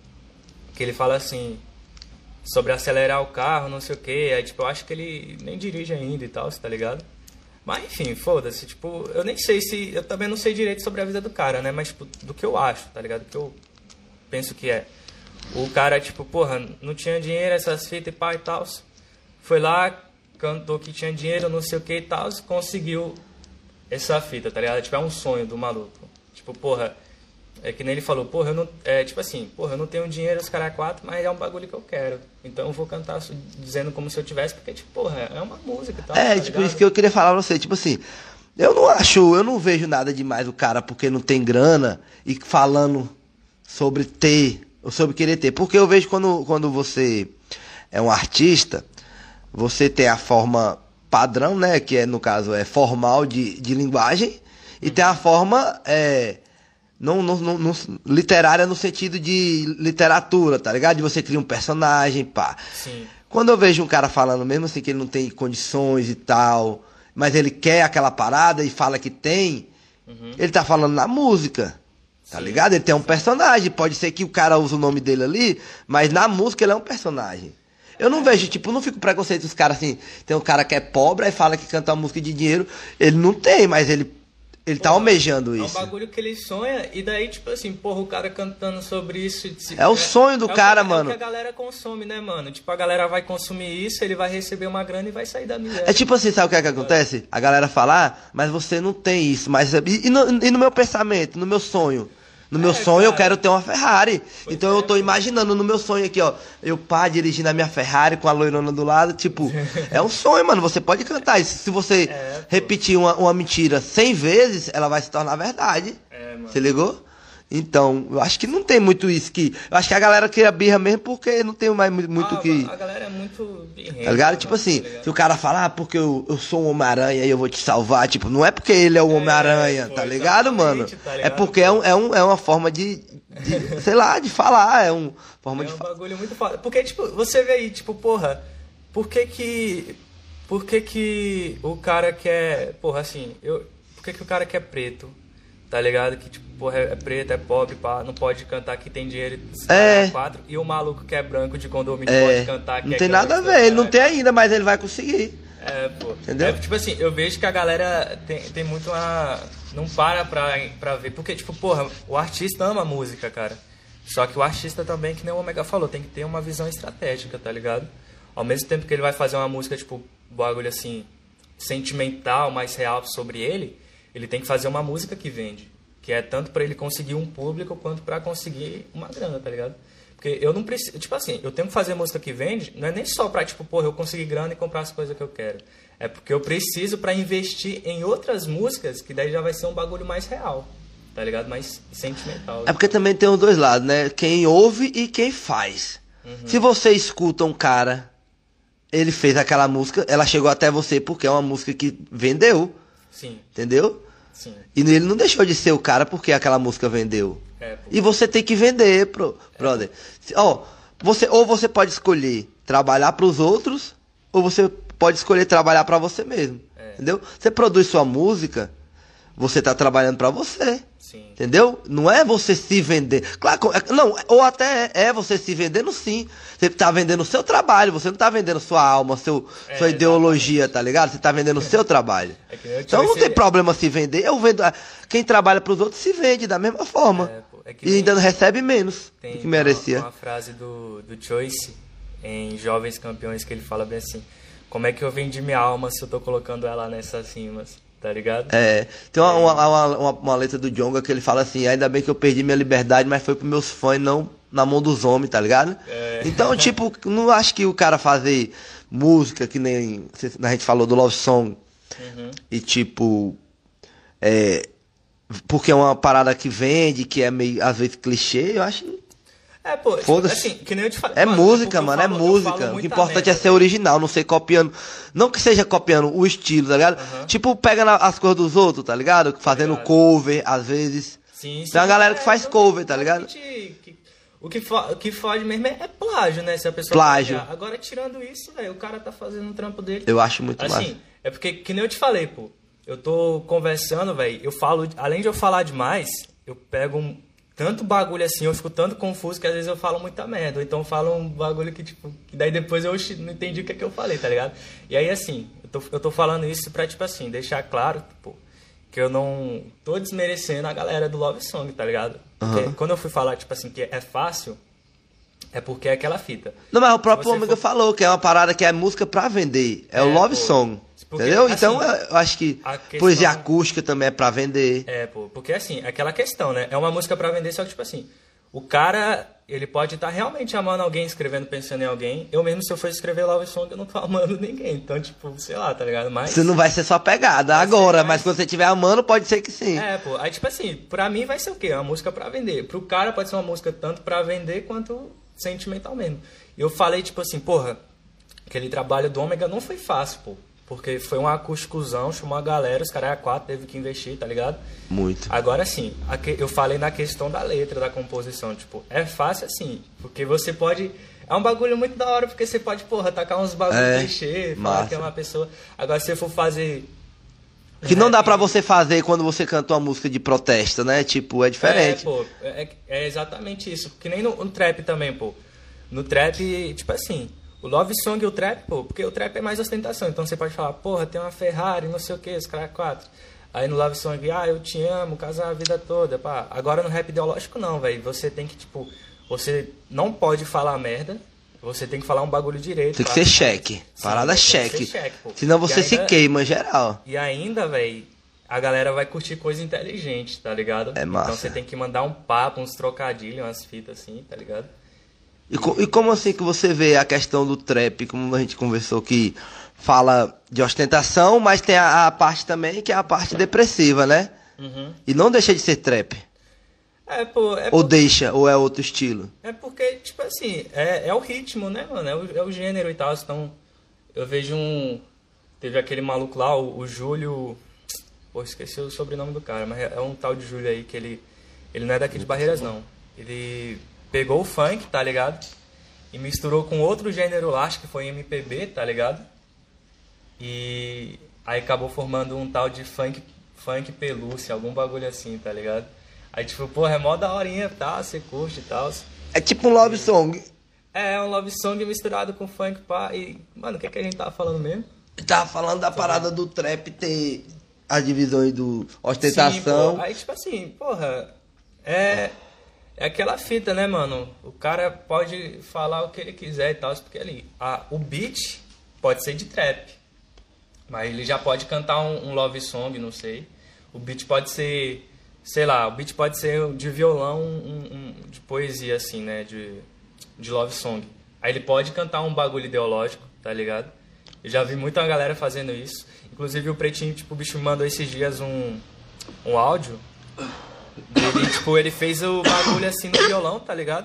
que ele fala assim, sobre acelerar o carro, não sei o que, aí, tipo, eu acho que ele nem dirige ainda e tal, tá ligado? Mas, enfim, foda-se, tipo, eu nem sei se, eu também não sei direito sobre a vida do cara, né, mas, tipo, do que eu acho, tá ligado? Do que eu penso que é. O cara, tipo, porra, não tinha dinheiro, essas fitas e pá e tal, foi lá, cantou que tinha dinheiro, não sei o que e tal, conseguiu essa fita, tá ligado? Tipo, é um sonho do maluco. Tipo, porra, é que nem ele falou, porra, eu não. É tipo assim, porra, eu não tenho dinheiro, os caras quatro, mas é um bagulho que eu quero. Então eu vou cantar dizendo como se eu tivesse, porque, tipo, porra, é uma música e tal. É, tá tipo, ligado? isso que eu queria falar pra você, tipo assim, eu não acho, eu não vejo nada demais o cara porque não tem grana e falando sobre ter, ou sobre querer ter. Porque eu vejo quando, quando você é um artista, você tem a forma padrão, né, que é, no caso, é formal de, de linguagem, e tem a forma é, não, não, não, não- literária no sentido de literatura, tá ligado? De você criar um personagem, pá. Sim. Quando eu vejo um cara falando, mesmo assim, que ele não tem condições e tal, mas ele quer aquela parada e fala que tem, ele tá falando na música, tá Sim. ligado? Ele tem um personagem, pode ser que o cara use o nome dele ali, mas na música ele é um personagem. Eu não vejo, tipo, não fico preconceito dos caras assim, tem um cara que é pobre e fala que canta uma música de dinheiro, ele não tem, mas ele, ele tá Porra, almejando É um isso. bagulho que ele sonha, e daí, tipo assim, porra, o cara cantando sobre isso. se- É o sonho do é o cara, que- mano. É o que a galera consome, né, mano? Tipo, a galera vai consumir isso, ele vai receber uma grana e vai sair da miséria. É tipo assim, sabe o que é que acontece? A galera fala, ah, mas você não tem isso, mas... E, e no, e no meu pensamento, no meu sonho? No meu É, sonho eu cara. quero ter uma Ferrari. Pois Então é, eu tô pô. imaginando no meu sonho aqui, ó, eu pá, dirigindo a minha Ferrari com a loirona do lado, tipo, é um sonho, mano, você pode cantar isso. Se você É, pô. repetir uma, uma mentira cem vezes, ela vai se tornar verdade. É, mano. Você ligou? Então, eu acho que não tem muito isso que... Eu acho que a galera cria birra mesmo porque não tem mais mu- muito Ah, que... A galera é muito birrenta, Tá ligado? mano, Tipo assim, tá ligado? se o cara falar, ah, porque eu, eu sou um Homem-Aranha e eu vou te salvar, tipo, não é porque ele é o Homem-Aranha, pô, tá ligado, mano? exatamente, tá É ligado, porque é, um, é, um, é uma forma de, de, sei lá, de falar, é uma forma É de um falar. bagulho muito foda. Porque, tipo, você vê aí, tipo, porra, por que que... Por que que o cara quer... Porra, assim, eu... Por que que o cara quer preto? Tá ligado? Que, tipo, porra, é preto, é pobre, pá, não pode cantar que tem dinheiro É. quatro. E o maluco que é branco de condomínio É, pode cantar que não é tem nada a gangsta, ver, ele não caralho. tem ainda, mas ele vai conseguir. É, pô. Entendeu? É, tipo assim, eu vejo que a galera tem, tem muito uma... Não para pra, pra ver. Porque, tipo, porra, o artista ama a música, cara. Só que o artista também, que nem o Omega falou, tem que ter uma visão estratégica, tá ligado? Ao mesmo tempo que ele vai fazer uma música, tipo, bagulho assim, sentimental, mais real sobre ele, ele tem que fazer uma música que vende. Que é tanto pra ele conseguir um público, quanto pra conseguir uma grana, tá ligado? Porque eu não preciso... Tipo assim, eu tenho que fazer música que vende, não é nem só pra, tipo, porra, eu conseguir grana e comprar as coisas que eu quero. É porque eu preciso pra investir em outras músicas, que daí já vai ser um bagulho mais real, tá ligado? Mais sentimental. É porque também tem os dois lados, né? Quem ouve e quem faz. Uhum. Se você escuta um cara, ele fez aquela música, ela chegou até você porque é uma música que vendeu. Sim. Entendeu? Sim. E ele não deixou de ser o cara porque aquela música vendeu. É, e você tem que vender, pro, brother. É. Ó, você, ou você pode escolher trabalhar pros outros, ou você pode escolher trabalhar pra você mesmo. É. Entendeu? Você produz sua música, você tá trabalhando pra você. Sim. Entendeu? Não é você se vender. Claro, não, ou até é, é você se vendendo sim. Você tá vendendo o seu trabalho, você não tá vendendo sua alma, seu, é, sua ideologia, exatamente. Tá ligado? Você tá vendendo o seu trabalho. É então não esse... tem problema se vender. Eu vendo. Quem trabalha pros outros se vende da mesma forma. É, pô, é e ainda recebe menos do que merecia. Tem uma frase do, do Choice em Jovens Campeões que ele fala bem assim: como é que eu vendi minha alma se eu tô colocando ela nessas rimas? Tá ligado? É, tem uma, uma, uma, uma letra do Djonga que ele fala assim: ainda bem que eu perdi minha liberdade, mas foi pros meus fãs, não na mão dos homens, tá ligado? É. Então, tipo, não acho que o cara fazer música, que nem a gente falou do Love Song, uhum. e tipo, é, porque é uma parada que vende, que é meio, às vezes, clichê, eu acho... É, pô, tipo, assim, que nem eu te falei. É mano, música, mano, falo, é música. O que importante é ser original, não ser copiando. Não que seja copiando o estilo, tá ligado? Uhum. Tipo, pega na, as coisas dos outros, tá ligado? Fazendo tá ligado. Cover, às vezes. Sim, sim. Tem uma galera que faz cover, tá ligado? Que, o que, fo, o que foge mesmo é, é plágio, né? Se a pessoa plágio. Plagiar. Agora, tirando isso, velho, o cara tá fazendo um trampo dele. Eu acho muito assim, massa. É porque, que nem eu te falei, pô. Eu tô conversando, velho. Eu falo, além de eu falar demais, eu pego um. Tanto bagulho assim, eu fico tanto confuso que às vezes eu falo muita merda. Ou então eu falo um bagulho que, tipo, que daí depois eu não entendi o que é que eu falei, tá ligado? E aí, assim, eu tô, eu tô falando isso pra, tipo assim, deixar claro, tipo, que eu não tô desmerecendo a galera do Love Song, tá ligado? Porque uhum. quando eu fui falar, tipo assim, que é fácil, é porque é aquela fita. Não, mas o próprio Ômega for... falou que é uma parada que é música pra vender. É, é o Love pô, Song. Porque, entendeu? Assim, então eu acho que questão... poesia acústica também é pra vender. É, pô, porque assim, aquela questão, né? É uma música pra vender, só que tipo assim, o cara, ele pode estar tá realmente amando alguém, escrevendo, pensando em alguém. Eu mesmo, se eu for escrever Love Song, eu não tô amando ninguém. Então, tipo, sei lá, tá ligado? Mas... Você não vai ser só pegada vai agora, mais... mas quando você estiver amando, pode ser que sim. É, pô. Aí, tipo assim, pra mim vai ser o quê? Uma música pra vender. Pro cara pode ser uma música tanto pra vender quanto sentimental mesmo. Eu falei, tipo assim, porra, aquele trabalho do Ômega não foi fácil, pô. Porque foi um acústicozão, chamou a galera, os caras é quatro, teve que investir, tá ligado? Muito. Agora sim, eu falei na questão da letra, da composição, tipo, é fácil assim, porque você pode... É um bagulho muito da hora, porque você pode, porra, tacar uns bagulho é, clichê, falar massa. Que é uma pessoa... Agora, se você for fazer... Que não dá pra você fazer quando você canta uma música de protesto, né? Tipo, é diferente. É, pô, é, é exatamente isso. Que nem no, no trap também, pô. No trap, tipo assim... O Love Song e o trap, pô, porque o trap é mais ostentação. Então você pode falar, porra, tem uma Ferrari, não sei o que, os caras quatro. Aí no Love Song, ah, eu te amo, casar a vida toda, pá. Agora no rap ideológico não, velho. Você tem que, tipo, você não pode falar merda, você tem que falar um bagulho direito. Tem que ser cheque, parada cheque. Senão você se queima, geral. E ainda, velho, a galera vai curtir coisa inteligente, tá ligado? É massa. Então você tem que mandar um papo, uns trocadilhos, umas fitas assim, tá ligado? E, co e como assim que você vê a questão do trap, como a gente conversou, que fala de ostentação, mas tem a, a parte também que é a parte depressiva, né? Uhum. E não deixa de ser trap. É, pô, é ou por... deixa, ou é outro estilo? É porque, tipo assim, é, é o ritmo, né, mano? É o, é o gênero e tal. Então, eu vejo um... Teve aquele maluco lá, o, o Júlio... Pô, esqueci o sobrenome do cara, mas é um tal de Júlio aí que ele... Ele não é daqui de Barreiras, não. Ele... Pegou o funk, tá ligado? E misturou com outro gênero lá, acho que foi M P B, tá ligado? E aí acabou formando um tal de funk, funk pelúcia, algum bagulho assim, tá ligado? Aí tipo, porra, é mó da horinha, tá? Você curte e tal. É tipo um love song. É, um love song misturado com funk, pá. E, mano, o que, é que a gente tava falando mesmo? Tava falando da parada do trap ter as divisões do ostentação. Sim, pô. Aí tipo assim, porra, é... É aquela fita, né, mano? O cara pode falar o que ele quiser e tal, porque ali, a, o beat pode ser de trap, mas ele já pode cantar um, um love song, não sei. O beat pode ser, sei lá, o beat pode ser de violão, um, um, de poesia, assim, né? De, de love song. Aí ele pode cantar um bagulho ideológico, tá ligado? Eu já vi muita galera fazendo isso. Inclusive o Pretinho, tipo, o bicho me mandou esses dias um, um áudio. Ele, tipo, ele fez o bagulho assim no violão, tá ligado?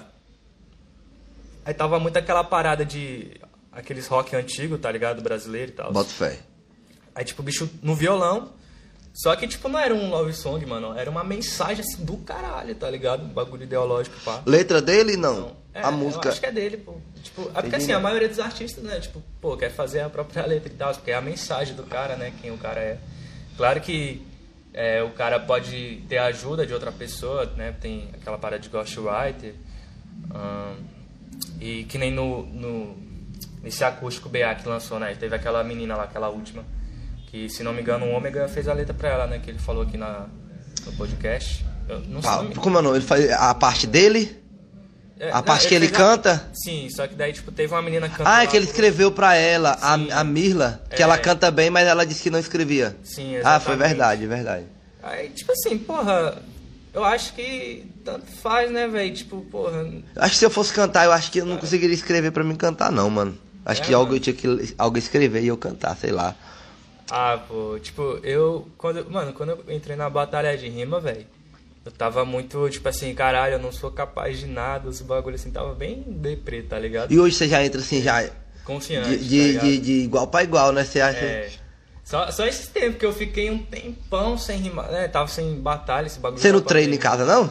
Aí tava muito aquela parada de... aqueles rock antigo, tá ligado? Brasileiro e tal. Bota fé. Aí, tipo, o bicho no violão. Só que, tipo, não era um love song, mano. Era uma mensagem, assim, do caralho, tá ligado? Um bagulho ideológico, pá. Letra dele, não? Não. É, a música... eu acho que é dele, pô. Tipo, é porque, assim, a maioria dos artistas, né? Tipo, pô, quer fazer a própria letra e tal. Porque é a mensagem do cara, né? Quem o cara é. Claro que é, o cara pode ter a ajuda de outra pessoa, né? Tem aquela parada de ghostwriter. Hum, e que nem no, no... nesse acústico B A que lançou, né? Teve aquela menina lá, aquela última... que, se não me engano, o Ômega fez a letra pra ela, né? Que ele falou aqui na, no podcast. Eu não sei. Ah, como é o nome? Ele faz a parte dele? É, a não, parte que ele canta? A... Sim, só que daí, tipo, teve uma menina cantando. Ah, é que ele escreveu pra ela, a, a Mirla, que é... ela canta bem, mas ela disse que não escrevia. Sim, exatamente. Ah, foi verdade, verdade. Aí, tipo assim, porra, eu acho que tanto faz, né, velho? Tipo, porra... Acho que se eu fosse cantar, eu acho que eu não conseguiria escrever pra mim cantar, não, mano. Acho é, que algo eu tinha que algo escrever e eu cantar, sei lá. Ah, pô, tipo, eu... Quando, mano, quando eu entrei na batalha de rima, velho, eu tava muito, tipo assim, caralho, eu não sou capaz de nada, os bagulhos assim, tava bem deprê, tá ligado? E hoje você já entra assim, já... Confiante, de, tá de, de, de igual pra igual, né? Você acha... É. Só, só esse tempo que eu fiquei um tempão sem rimar, né? Tava sem batalha, esse bagulho. Você não treina em casa, não?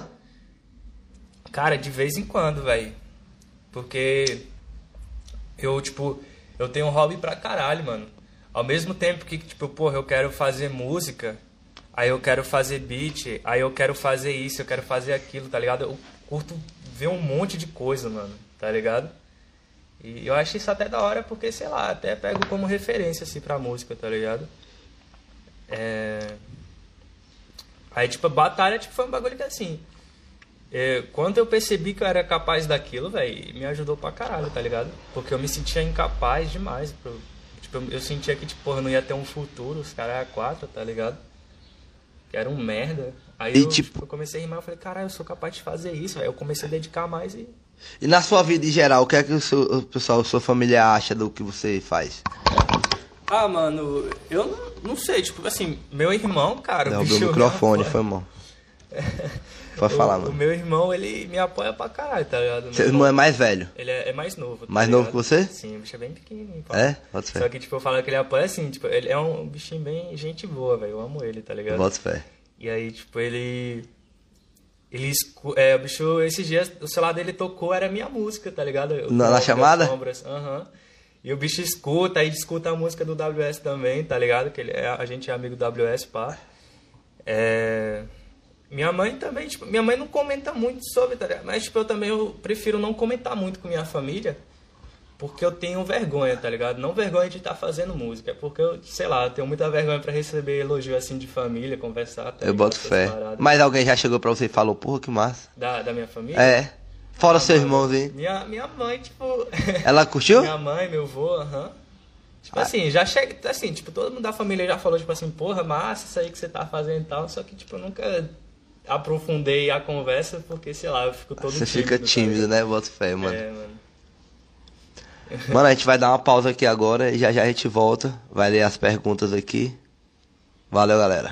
Cara, de vez em quando, velho. Porque eu, tipo, eu tenho um hobby pra caralho, mano. Ao mesmo tempo que, tipo, porra, eu quero fazer música, aí eu quero fazer beat, aí eu quero fazer isso, eu quero fazer aquilo, tá ligado? Eu curto ver um monte de coisa, mano, tá ligado? E eu acho isso até da hora porque, sei lá, até pego como referência, assim, pra música, tá ligado? É... Aí, tipo, a batalha, tipo, foi um bagulho que, assim... É, quando eu percebi que eu era capaz daquilo, velho, me ajudou pra caralho, tá ligado? Porque eu me sentia incapaz demais, pro... Tipo, eu sentia que, tipo, porra, não ia ter um futuro, os caras eram quatro, tá ligado? Que era um merda. Aí e, eu, tipo... tipo, eu comecei a rimar, eu falei, caralho, eu sou capaz de fazer isso, velho. Eu comecei a dedicar mais e... E na sua vida em geral, o que é que o, seu, o pessoal, sua família acha do que você faz? Ah, mano, eu não, não sei, tipo, assim, meu irmão, cara... Derrubei o microfone, foi, irmão. Pode o, falar, mano. O meu irmão, ele me apoia pra caralho, tá ligado? Seu irmão é mais velho? Ele é, é mais novo, tá Mais ligado? novo que você? Sim, o bicho é bem pequenininho, pô. É? Bota fé. Só que, tipo, eu falo que ele apoia assim, tipo, ele é um bichinho bem gente boa, velho. Eu amo ele, tá ligado? Bota fé. E aí, tipo, ele... Ele... É, o bicho, esses dias, o celular dele tocou, era a minha música, tá ligado? Eu, na, na chamada? Aham. Uhum. E o bicho escuta, aí escuta a música do W S também, tá ligado? Que ele é, a gente é amigo do W S, pá. É... Minha mãe também, tipo, minha mãe não comenta muito sobre, tá ligado? Mas, tipo, eu também eu prefiro não comentar muito com minha família, porque eu tenho vergonha, tá ligado? Não vergonha de estar tá fazendo música, é porque eu, sei lá, eu tenho muita vergonha pra receber elogio, assim, de família, conversar, tá Eu boto fé. Mas alguém já chegou pra você e falou, porra, que massa. Da, da minha família? É. Fora ah, seu irmãozinho. Minha, minha mãe, tipo... Ela curtiu? Minha mãe, meu avô, aham. Tipo ah. assim, já chega, assim, tipo, todo mundo da família já falou, tipo assim, porra, massa isso aí que você tá fazendo e tal, só que, tipo, eu nunca... aprofundei a conversa porque, sei lá, eu fico todo Você tímido. Você fica tímido, tá, né? Bota fé, mano. É, mano. Mano, a gente vai dar uma pausa aqui agora e já já a gente volta. Vai ler as perguntas aqui. Valeu, galera.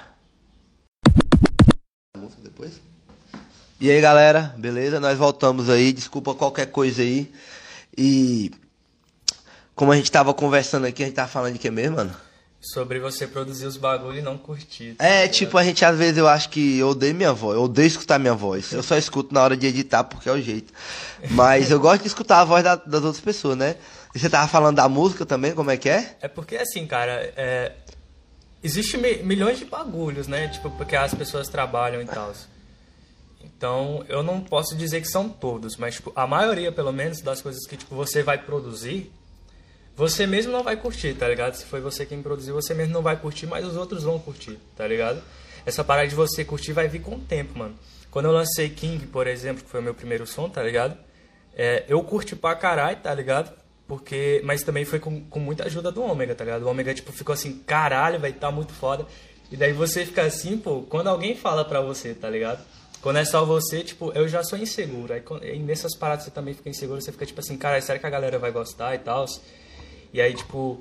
Depois? E aí, galera, beleza? Nós voltamos aí. Desculpa qualquer coisa aí. E... como a gente tava conversando aqui, a gente tava falando de que mesmo, mano? Sobre você produzir os bagulho e não curtir. Tá é, ligado? tipo, a gente às vezes eu acho que eu odeio minha voz, eu odeio escutar minha voz. Eu só escuto na hora de editar porque é o jeito. Mas eu gosto de escutar a voz da, das outras pessoas, né? E você tava falando da música também, como é que é? É porque assim, cara, é... existe mi milhões de bagulhos, né? Tipo, porque as pessoas trabalham e tal. Então, eu não posso dizer que são todos, mas tipo, a maioria, pelo menos, das coisas que tipo, você vai produzir, você mesmo não vai curtir, tá ligado? Se foi você quem produziu, você mesmo não vai curtir, mas os outros vão curtir, tá ligado? Essa parada de você curtir vai vir com o tempo, mano. Quando eu lancei King, por exemplo, que foi o meu primeiro som, tá ligado? É, eu curti pra caralho, tá ligado? Porque... mas também foi com, com muita ajuda do Ômega, tá ligado? O Ômega, tipo, ficou assim, caralho, vai tá muito foda. E daí você fica assim, pô, quando alguém fala pra você, tá ligado? Quando é só você, tipo, eu já sou inseguro. Aí, e nessas paradas você também fica inseguro, você fica tipo assim, cara, será que a galera vai gostar e tal? E aí, tipo,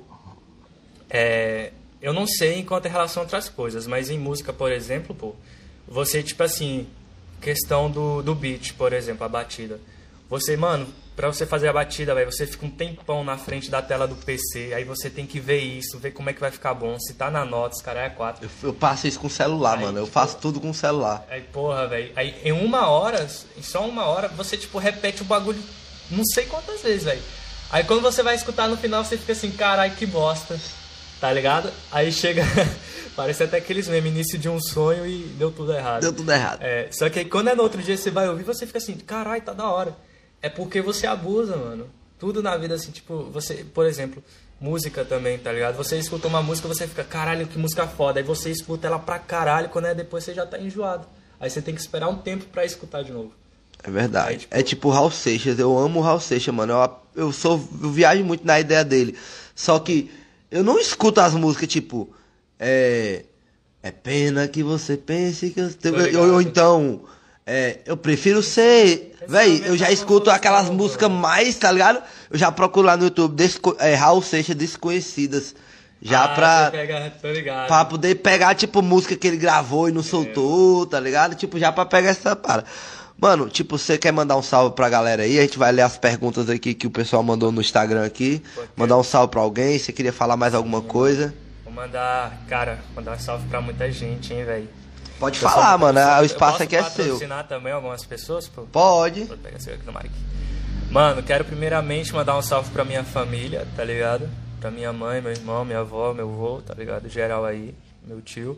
é, eu não sei enquanto é relação a outras coisas, mas em música, por exemplo, pô, você, tipo assim, questão do, do beat, por exemplo, a batida. Você, mano, pra você fazer a batida, véio, você fica um tempão na frente da tela do P C, aí você tem que ver isso, ver como é que vai ficar bom, se tá na nota, se cara é quatro. Eu, eu passo isso com o celular, aí, mano, eu tipo, faço tudo com o celular. Aí, porra, velho, aí em uma hora, em só uma hora, você, tipo, repete o bagulho não sei quantas vezes, velho. Aí quando você vai escutar no final, você fica assim, caralho, que bosta, tá ligado? Aí chega, parece até aqueles memes, início de um sonho e deu tudo errado. Deu tudo errado. É, só que aí quando é no outro dia você vai ouvir, você fica assim, caralho, tá da hora. É porque você abusa, mano. Tudo na vida, assim, tipo, você, por exemplo, música também, tá ligado? Você escuta uma música, você fica, caralho, que música foda. Aí você escuta ela pra caralho, quando é depois você já tá enjoado. Aí você tem que esperar um tempo pra escutar de novo. É verdade. Aí, tipo... É tipo o Raul Seixas, eu amo o Raul Seixas, mano. Eu, eu, sou, eu viajo muito na ideia dele. Só que eu não escuto as músicas, tipo, é... É pena que você pense que eu... Tenho... Ou, ou então... É, eu prefiro ser... Véi, eu já escuto aquelas músicas mais, tá ligado? Eu já procuro lá no YouTube desco, é, Raul Seixas Desconhecidas. Já ah, pra... Pega, tô ligado. Pra poder pegar, tipo, música que ele gravou e não soltou, tá ligado? Tipo, já pra pegar essa para. Mano, tipo, você quer mandar um salve pra galera aí? A gente vai ler as perguntas aqui que o pessoal mandou no Instagram aqui. Mandar um salve pra alguém. Você queria falar mais alguma coisa? Vou mandar, cara, mandar um salve pra muita gente, hein, velho. Pode eu falar, mano, pessoa, o espaço aqui é seu. Posso patrocinar também algumas pessoas, pô? Pode. Vou pegar esse aqui no mic. Mano, quero primeiramente mandar um salve pra minha família, tá ligado? Pra minha mãe, meu irmão, minha avó, meu avô, tá ligado? Geral aí, meu tio.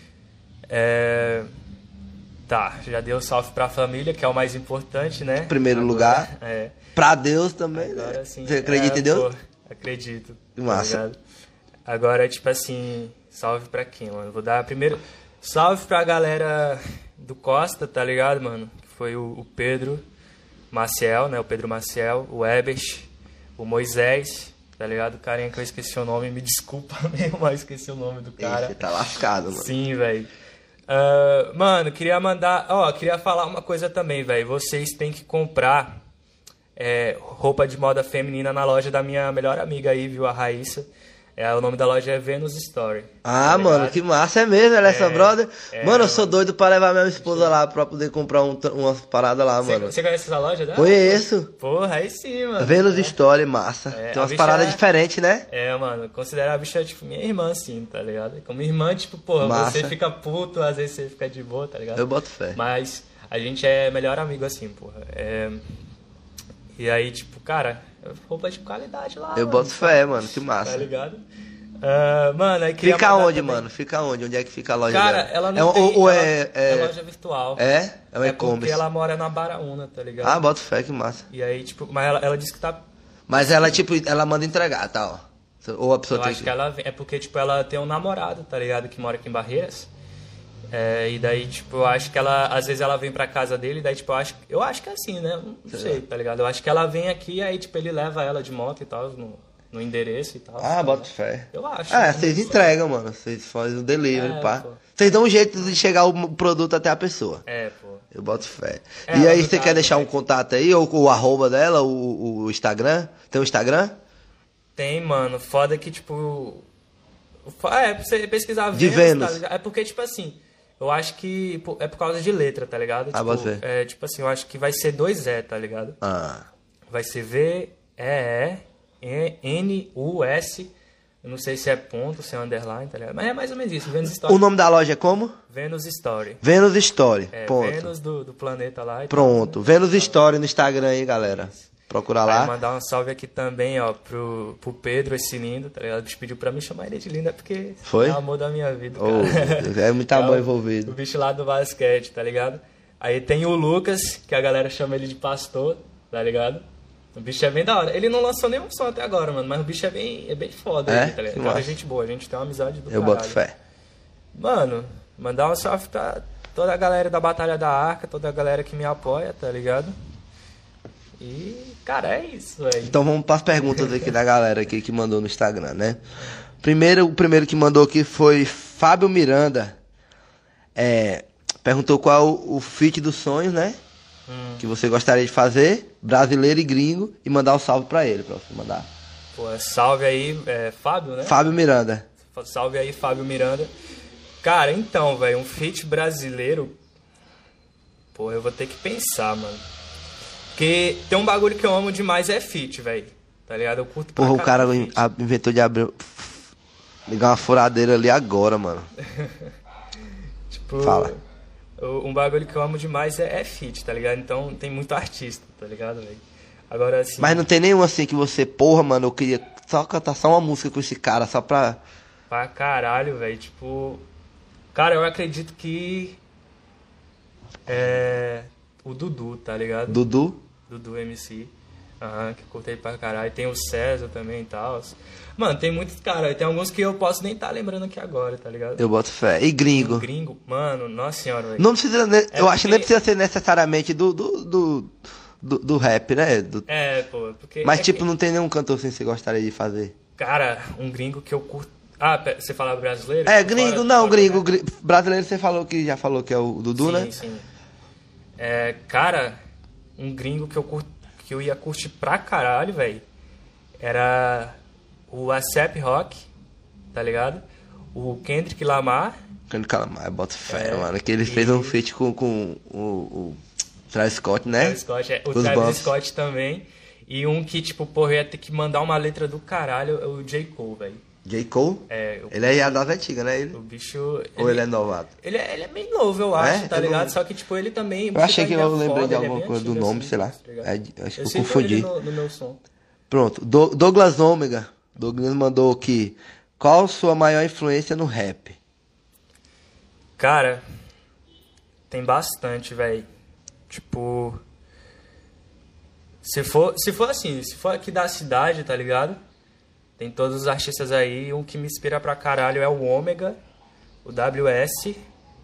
É... Tá, já dei um salve pra família, que é o mais importante, né? Primeiro Agora, lugar. É. Pra Deus também, Agora, né? Assim, Você acredita é, em Deus? Pô, acredito. Massa. Tá Agora, tipo assim, salve pra quem, mano? Vou dar primeiro... Salve pra galera do Costa, tá ligado, mano? Que foi o, o Pedro Maciel, né? O Pedro Maciel, o Ebert, o Moisés, tá ligado? O carinha que eu esqueci o nome, me desculpa mesmo, mas esqueci o nome do cara. Você tá lascado, mano. Sim, velho. Uh, mano, queria mandar... Ó, queria falar uma coisa também, velho. Vocês têm que comprar é, roupa de moda feminina na loja da minha melhor amiga aí, viu? A Raíssa. É, o nome da loja é Venus Story. Ah, tá mano, que massa, é mesmo, ela é essa brother. É, mano, eu sou doido pra levar minha esposa lá pra poder comprar um, umas paradas lá, cê, mano. Você conhece essa loja dela? Conheço. Porra, aí sim, mano. Venus é. Story, massa. É, tem umas paradas é... diferentes, né? É, mano, considera a bicha, tipo, minha irmã, assim, tá ligado? Como irmã, tipo, porra, massa. Você fica puto, às vezes você fica de boa, tá ligado? Eu boto fé. Mas a gente é melhor amigo, assim, porra. É... E aí, tipo, cara, roupa de qualidade lá, Eu mano, boto fé, mano, que massa. Tá ligado? Uh, mano, aí fica onde, também. mano? Fica onde? Onde é que fica a loja Cara, dela? ela não é, tem, ou, ela, é, é... é loja virtual. É? É um é e-commerce. Porque ela mora na Baraúna, tá ligado? Ah, bota fé, que massa. E aí, tipo, mas ela, ela disse que tá... Mas ela, tipo, ela manda entregar, tá, ó. Ou a pessoa Eu tem acho que... que ela vem, é porque, tipo, ela tem um namorado, tá ligado? Que mora aqui em Barreiras. É, e daí, tipo, eu acho que ela... Às vezes ela vem pra casa dele, e daí, tipo, eu acho, eu acho que é assim, né? Não sei, sei tá ligado? Eu acho que ela vem aqui, aí, tipo, ele leva ela de moto e tal, no... no endereço e tal. Ah, bota fé. Eu acho. Ah, vocês entregam, mano. Vocês fazem o delivery, é, pá. Vocês dão um jeito de chegar o produto até a pessoa. É, pô. Eu boto fé. É, e aí, você caso, quer deixar é. um contato aí? Ou o arroba dela, o, o Instagram? Tem o Instagram? Tem, mano. Foda que, tipo... É, pra você pesquisar de Vênus, Vênus. Tá, é porque, tipo assim... Eu acho que é por causa de letra, tá ligado? Ah, tipo, você. É, tipo assim, eu acho que vai ser dois E, tá ligado? Ah. Vai ser V, E, E, N, U, S. Eu não sei se é ponto, se é underline, tá ligado? Mas é mais ou menos isso, Venus Story. O nome da loja é como? Venus Story. Venus Story, é, ponto. Vênus do, do planeta lá. E Pronto, tal, né? Venus Story no Instagram aí, galera. Isso. Procura lá. Vai mandar um salve aqui também, ó, pro, pro Pedro, esse lindo, tá ligado? O bicho pediu pra mim chamar ele de lindo, é porque Foi? é o amor da minha vida, cara. Oh, é muito amor é o, envolvido. O bicho lá do basquete, tá ligado? Aí tem o Lucas, que a galera chama ele de pastor, tá ligado? O bicho é bem da hora. Ele não lançou nenhum som até agora, mano, mas o bicho é bem, é bem foda, é? aí, tá ligado? Cara, é gente boa, a gente tem uma amizade do Eu caralho. boto fé. Mano, mandar um salve pra toda a galera da Batalha da Arca, toda a galera que me apoia, tá ligado? E, cara, é isso, velho. Então vamos para as perguntas aqui da galera aqui que mandou no Instagram, né? Primeiro, o primeiro que mandou aqui foi Fábio Miranda. É, Perguntou qual o, o feat dos sonhos, né? Hum. Que você gostaria de fazer, brasileiro e gringo, e mandar um salve pra ele, pra você mandar. Pô, salve aí, é, Fábio, né? Fábio Miranda. Salve aí, Fábio Miranda. Cara, então, velho, um feat brasileiro... Pô, eu vou ter que pensar, mano. Porque tem um bagulho que eu amo demais, é feat, velho. Tá ligado? Eu curto pra Porra, o cara caralho feat. a- inventou de abrir... Ligar uma furadeira ali agora, mano. Tipo, Fala. o- um bagulho que eu amo demais é, é feat, tá ligado? Então tem muito artista, tá ligado, velho? Agora, assim... Mas não tem nenhum assim que você... Porra, mano, eu queria só cantar só uma música com esse cara, só pra... Pra caralho, velho. Tipo... Cara, eu acredito que... É... O Dudu, tá ligado? Dudu. Dudu M C. Aham, que eu curtei pra caralho. Tem o César também e tal. Mano, tem muitos caras. Tem alguns que eu posso nem tá lembrando aqui agora, tá ligado? Eu boto fé. E gringo? O gringo, mano, nossa senhora, velho. Não precisa... ne- É eu acho que nem porque- precisa ser necessariamente do... Do, do, do, do rap, né? Do- É, pô, porque... Mas é tipo, que- não tem nenhum cantor assim que você gostaria de fazer? Cara, um gringo que eu curto... Ah, pera, você fala brasileiro? É, Tipo, gringo, fora- não, fora do gringo, rap? gri- brasileiro você falou que já falou que é o Dudu, Sim, né? sim. É, cara, um gringo que eu, curto, que eu ia curtir pra caralho, velho, era o A$ap Rock, tá ligado? O Kendrick Lamar. Kendrick Lamar, bota fé, É, mano. Que ele e- fez um feat com, com o, o Travis Scott, né? Travis Scott, é, o Os Travis Bumps. Scott também. E um que, tipo, porra, eu ia ter que mandar uma letra do caralho, é o J. Cole, velho. J. Cole? É, o, Ele é já das antigas, né? Ele? o bicho... Ou ele é novato? Ele é, ele é meio novo, eu acho, É? tá Eu ligado? não- Só que, tipo, ele também... Eu achei que eu foda, lembrei de ele é alguma bem coisa do antigo, nome, assim, sei lá. tá ligado? É, acho que eu cito confundi. ele no, no meu som. Pronto, Do- Douglas Ômega. Douglas mandou aqui. Qual sua maior influência no rap? Cara, tem bastante, velho. Tipo... Se for, se for assim, se for aqui da cidade, tá ligado? Tem todos os artistas aí. Um que me inspira pra caralho é o Ômega, o W S.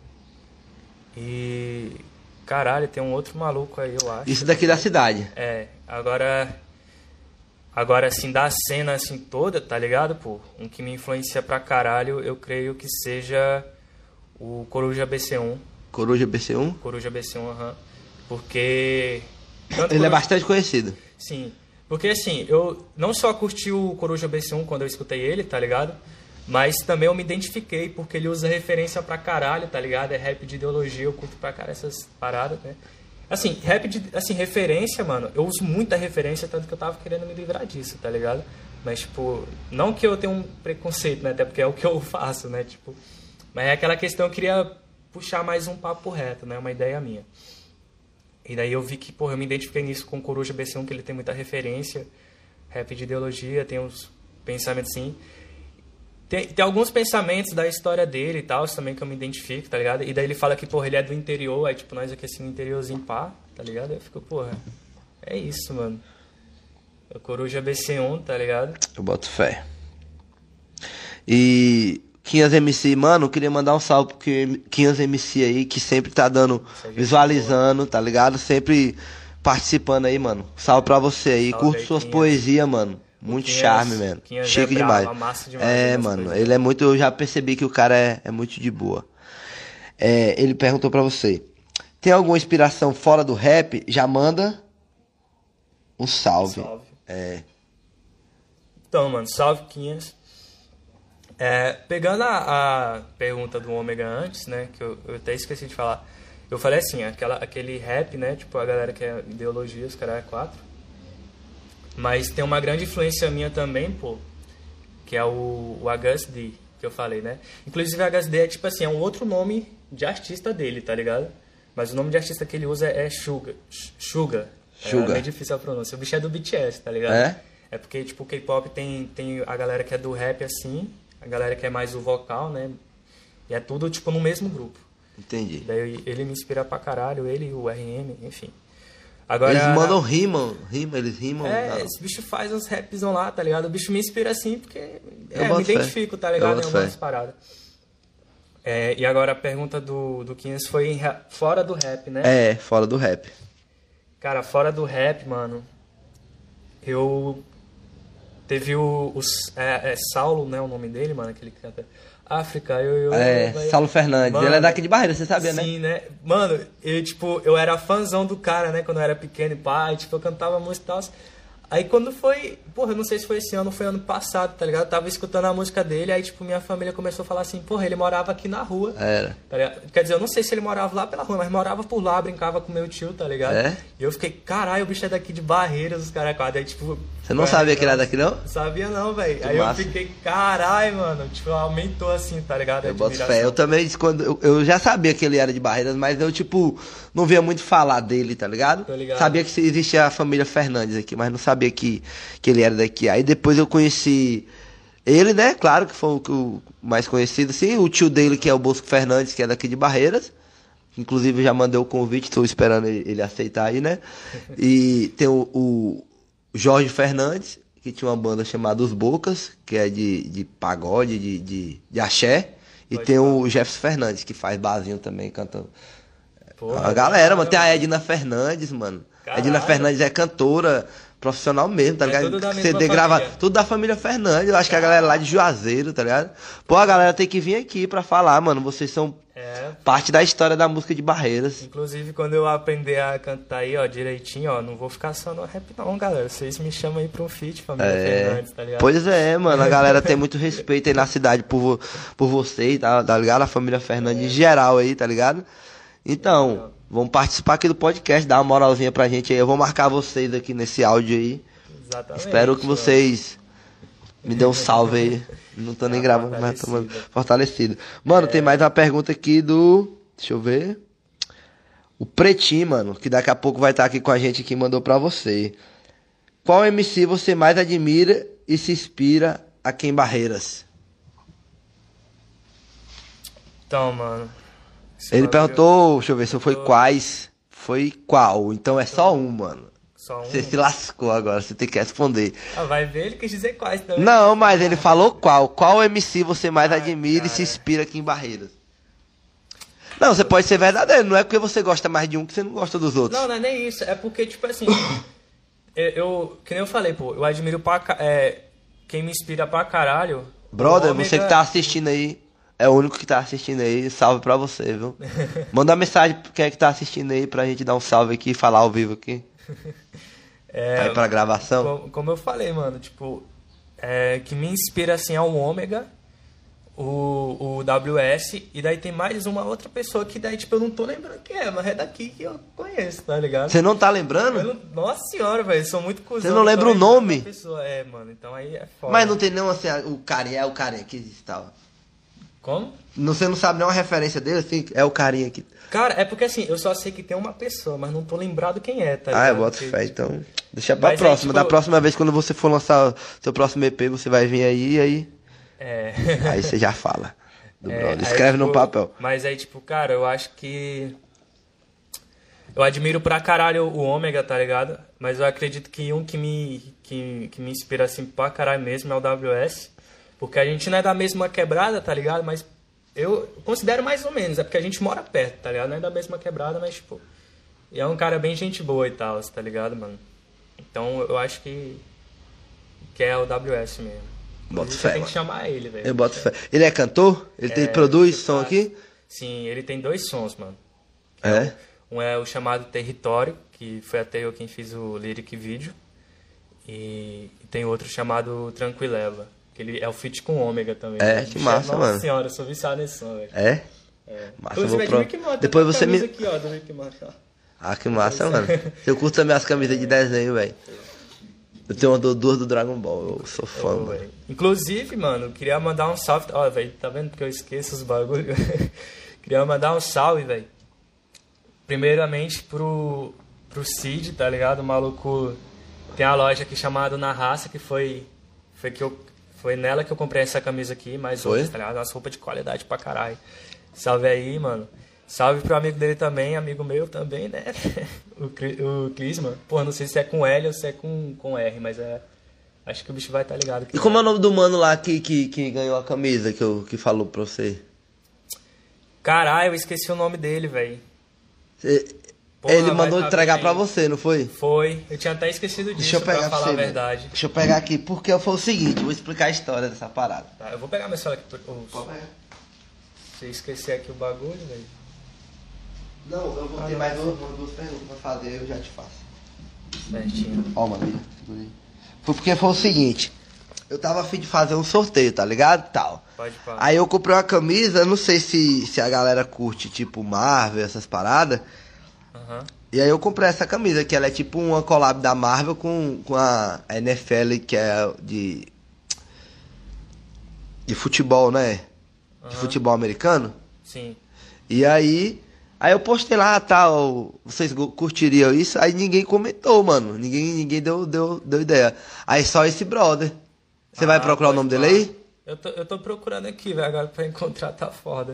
E... Caralho, tem um outro maluco aí, eu acho. Isso daqui da cidade. É, agora... Agora, assim, da cena, assim, toda, tá ligado, pô? Um que me influencia pra caralho, eu creio que seja o Coruja B C um. Coruja B C um? Coruja B C um, aham. Porque... tanto Ele é Coruja- bastante conhecido. Sim. Porque, assim, eu não só curti o Coruja B C um quando eu escutei ele, tá ligado? Mas também eu me identifiquei, porque ele usa referência pra caralho, tá ligado? É rap de ideologia, eu curto pra caralho essas paradas, né? Assim, rap de... Assim, referência, mano, eu uso muita referência, tanto que eu tava querendo me livrar disso, tá ligado? Mas, tipo, não que eu tenha um preconceito, né? Até porque é o que eu faço, né? Tipo... Mas é aquela questão, eu queria puxar mais um papo reto, né? Uma ideia minha. E daí eu vi que, porra, eu me identifiquei nisso com o Coruja B C um, que ele tem muita referência, rap de ideologia, tem uns pensamentos assim. Tem, tem alguns pensamentos da história dele e tal, também que eu me identifico, tá ligado? E daí ele fala que, porra, ele é do interior, aí tipo, nós aqui assim, no interiorzinho pá, tá ligado? Aí eu fico, porra, é isso, mano. É o Coruja B C um, tá ligado? Eu boto fé. E... Quinhas M C, mano, eu queria mandar um salve pro Quinhas M C aí, que sempre tá dando, visualizando, tá ligado? Sempre participando aí, mano. Salve pra você aí. Salve Curto aí, suas Quinhas. poesias, mano. Muito Quinhas- charme, mano. Quinhas é Chique bravo, demais. massa demais É, nas mano, coisas. ele é muito. Eu já percebi que o cara é, é muito de boa. É, ele perguntou pra você: tem alguma inspiração fora do rap? Já manda um salve. Salve. É. Então, mano, salve Quinhas. É, pegando a, a pergunta do Ômega antes, né, que eu, eu até esqueci de falar. Eu falei assim, aquela, aquele rap, né, tipo, a galera que é ideologia, os caras é quatro. Mas tem uma grande influência minha também, pô, que é o, o H S D, que eu falei, né. Inclusive, H S D é, tipo assim, é um outro nome de artista dele, tá ligado? Mas o nome de artista que ele usa é Suga. Suga. Suga. É meio difícil a pronúncia. O bicho é do B T S, tá ligado? É? É porque, tipo, o K-pop tem, tem a galera que é do rap, assim, a galera que é mais o vocal, né? E é tudo, tipo, no mesmo grupo. Entendi. Daí ele me inspira pra caralho, ele e o R M, enfim. Agora, Eles mandam rimam, rima, eles rimam. É, não. esse bicho faz uns rapzão lá, tá ligado? O bicho me inspira assim, porque Eu é, boto me fé. identifico, tá Eu ligado? boto Em algumas fé. paradas. É, e agora a pergunta do, do Quinhas foi em ra- fora do rap, né? É, fora do rap. Cara, fora do rap, mano, eu teve o... Os, é, é Saulo, né? O nome dele, mano, aquele que canta... África, eu... eu é, vai... Saulo Fernandes. Mano, ele é daqui de Barreira, você sabia, sim, né? Sim, né? Mano, eu, tipo, eu era fãzão do cara, né? Quando eu era pequeno e pai, tipo, eu cantava música e tal. Aí quando foi, porra, eu não sei se foi esse ano ou foi ano passado, tá ligado? Eu tava escutando a música dele, aí tipo, minha família começou a falar assim, porra, ele morava aqui na rua. Era. Tá ligado? Quer dizer, eu não sei se ele morava lá pela rua, mas morava por lá, brincava com meu tio, tá ligado? É? E eu fiquei, caralho, o bicho é daqui de Barreiras, os caras quase. Aí tipo... Você não sabia que ele era daqui, não? Não sabia não, velho. Aí massa. eu fiquei, caralho, mano, tipo, aumentou assim, tá ligado? Eu boto fé. Eu também, quando eu, eu já sabia que ele era de Barreiras, mas eu, tipo, não via muito falar dele, tá ligado? Tô ligado. Sabia que existia a família Fernandes aqui, mas não sabia que, que ele era daqui. Aí depois eu conheci ele, né? Claro que foi o, o mais conhecido, assim. O tio dele, que é o Bosco Fernandes, que é daqui de Barreiras. Inclusive, eu já mandei o convite, tô esperando ele, ele aceitar aí, né? E tem o, o Jorge Fernandes, que tinha uma banda chamada Os Bocas, que é de, de pagode, de, de, de axé. E Pode tem falar. o Jefferson Fernandes, que faz barzinho também, cantando. Porra, A galera, mano, tem a mano. Edna Fernandes, mano. Caralho. Edna Fernandes é cantora profissional mesmo, tá É ligado? tudo da C mesma D grava família. tudo da família Fernandes. Eu acho que a galera lá de Juazeiro, tá ligado? Pô, a galera tem que vir aqui pra falar, mano. Vocês são É, parte da história da música de Barreiras. inclusive quando eu aprender a cantar aí, ó, direitinho, ó, não vou ficar só no rap não, galera. Vocês me chamam aí pra um feat, família É, Fernandes, tá ligado? pois é, mano, a galera tem muito respeito aí na cidade por, vo- por vocês, tá, tá ligado? A família Fernandes em geral aí, tá ligado? Então, vamos participar aqui do podcast, dar uma moralzinha pra gente aí. Eu vou marcar vocês aqui nesse áudio aí. Exatamente. Espero que ó. vocês me dêem um salve aí. Não tô nem Tá gravando, mas tô fortalecido. fortalecido. Mano, tem mais uma pergunta aqui do... Deixa eu ver. O Pretinho, mano, que daqui a pouco vai estar aqui com a gente, que mandou pra você. Qual M C você mais admira e se inspira aqui em Barreiras? Então, mano. esse Ele bagulho- perguntou, deixa eu ver se foi quais. Foi qual? Então é só um, mano. Só um. Você se lascou agora, você tem que responder. Ah, vai ver, ele quis dizer quais também. Não, mas ele falou qual. Qual M C você mais Ai, admira e se cara. inspira aqui em Barreiras? Não, você pode ser verdadeiro. Não é porque você gosta mais de um que você não gosta dos outros. Não, não é nem isso. É porque, tipo assim, eu, eu- que nem eu falei, pô, eu admiro pra ca- é, quem me inspira pra caralho. Brother, o Ômega- você que tá assistindo aí, é o único que tá assistindo aí, salve pra você, viu? Manda uma mensagem pra quem é que tá assistindo aí pra gente dar um salve aqui e falar ao vivo aqui. É, Aí pra gravação. Como, como eu falei, mano, tipo, é, que me inspira assim é o Ômega, o, o W S, e daí tem mais uma outra pessoa que daí, tipo, eu não tô lembrando quem é, mas é daqui que eu conheço, tá ligado? Você não tá Eu lembrando? não- nossa senhora, velho, sou muito cuzão. Você não lembra tô o lembrando nome? da pessoa. É, mano, então aí é foda. Mas não tem nenhum assim, o carinha, é o carinha que existe tal. Como? Não, você não sabe nenhuma referência dele, assim, é o carinha que... Cara, é porque assim, eu só sei que tem uma pessoa, mas não tô lembrado quem é, tá ligado? Ah, eu boto Porque, fé, então. Deixa pra Mas aí, próxima. tipo- Da próxima vez, quando você for lançar o seu próximo E P, você vai vir aí e aí. É. Aí você já fala. Do É, brother. aí, Escreve no tipo, papel. Mas aí, tipo, cara, eu acho que. Eu admiro pra caralho o Ômega, tá ligado? Mas eu acredito que um que me, que, que me inspira assim pra caralho mesmo é o W S. Porque a gente não é da mesma quebrada, tá ligado? Mas eu considero mais ou menos. É porque a gente mora perto, tá ligado? Não é da mesma quebrada, mas, tipo. E é um cara bem gente boa e tal, tá ligado, mano? Então eu acho que. Que é o W S mesmo. Boto Inclusive, fé, Tem que mano. chamar ele, velho. Eu boto fé. Ele é cantor? Ele tem, É, produz você som tá- aqui? Sim, ele tem dois sons, mano. É. Um é o chamado Território, que foi até eu quem fiz o lyric vídeo. E, e tem outro chamado Tranquileva, que ele é o feat com Ômega também. É, que massa, Nossa mano. senhora, eu sou viciado nesse som, velho. É? É. Massa, eu Inclusive, vou é de pro- Rick Martin, Depois tem você me- camisa aqui, ó, do Rick Martin, ó. Ah, que massa, mano. Eu curto também as camisas de desenho, velho. Eu tenho uma do- duas do Dragon Ball, eu sou fã, Ô, mano. velho. Inclusive, mano, eu queria mandar um salve. Ó, velho, tá vendo que eu esqueço os bagulhos? Queria mandar um salve, velho. Primeiramente pro, pro Cid, tá ligado? O maluco tem a loja aqui chamada Na Raça, que foi, foi, que eu, foi nela que eu comprei essa camisa aqui, mais Foi? outras, tá ligado? Umas roupas de qualidade pra caralho. Salve aí, mano. Salve pro amigo dele também, amigo meu também, né? O, Cri- o Clisman. Pô, não sei se é com L ou se é com, com R, mas é. Acho que o bicho vai estar ligado. E como é o nome do mano lá que, que, que ganhou a camisa que, eu, que falou pra você? Caralho, eu esqueci o nome dele, velho. Cê- Porra, Ele mandou tá entregar bem. pra você, não foi? Foi. Eu tinha até esquecido disso, Deixa eu pegar pra pra falar você, a mano. verdade. Deixa eu pegar aqui, porque foi o seguinte, vou explicar a história dessa parada. Tá, eu vou pegar meu celular aqui. Pra... Pode pegar. Se eu esquecer aqui o bagulho, velho. Não, eu vou Ah, ter não. mais duas, duas perguntas pra fazer, eu já te faço. Certinho. Ó, mano, segura aí. Foi porque foi o seguinte, eu tava a fim de fazer um sorteio, tá ligado? Tal. Pode parar. Aí eu comprei uma camisa, não sei se, se a galera curte, tipo, Marvel, essas paradas. Aham. E aí eu comprei essa camisa, que ela é tipo uma collab da Marvel com, com a N F L, que é de... de futebol, né? De Aham. futebol americano. Sim. E aí... Aí eu postei lá, tal, vocês go- curtiriam isso? Aí ninguém comentou, mano. Ninguém, ninguém deu, deu, deu ideia. Aí só esse brother. Você vai Ah, procurar o pode nome dele falar. aí? Eu tô, eu tô procurando aqui, velho. Agora pra encontrar tá foda.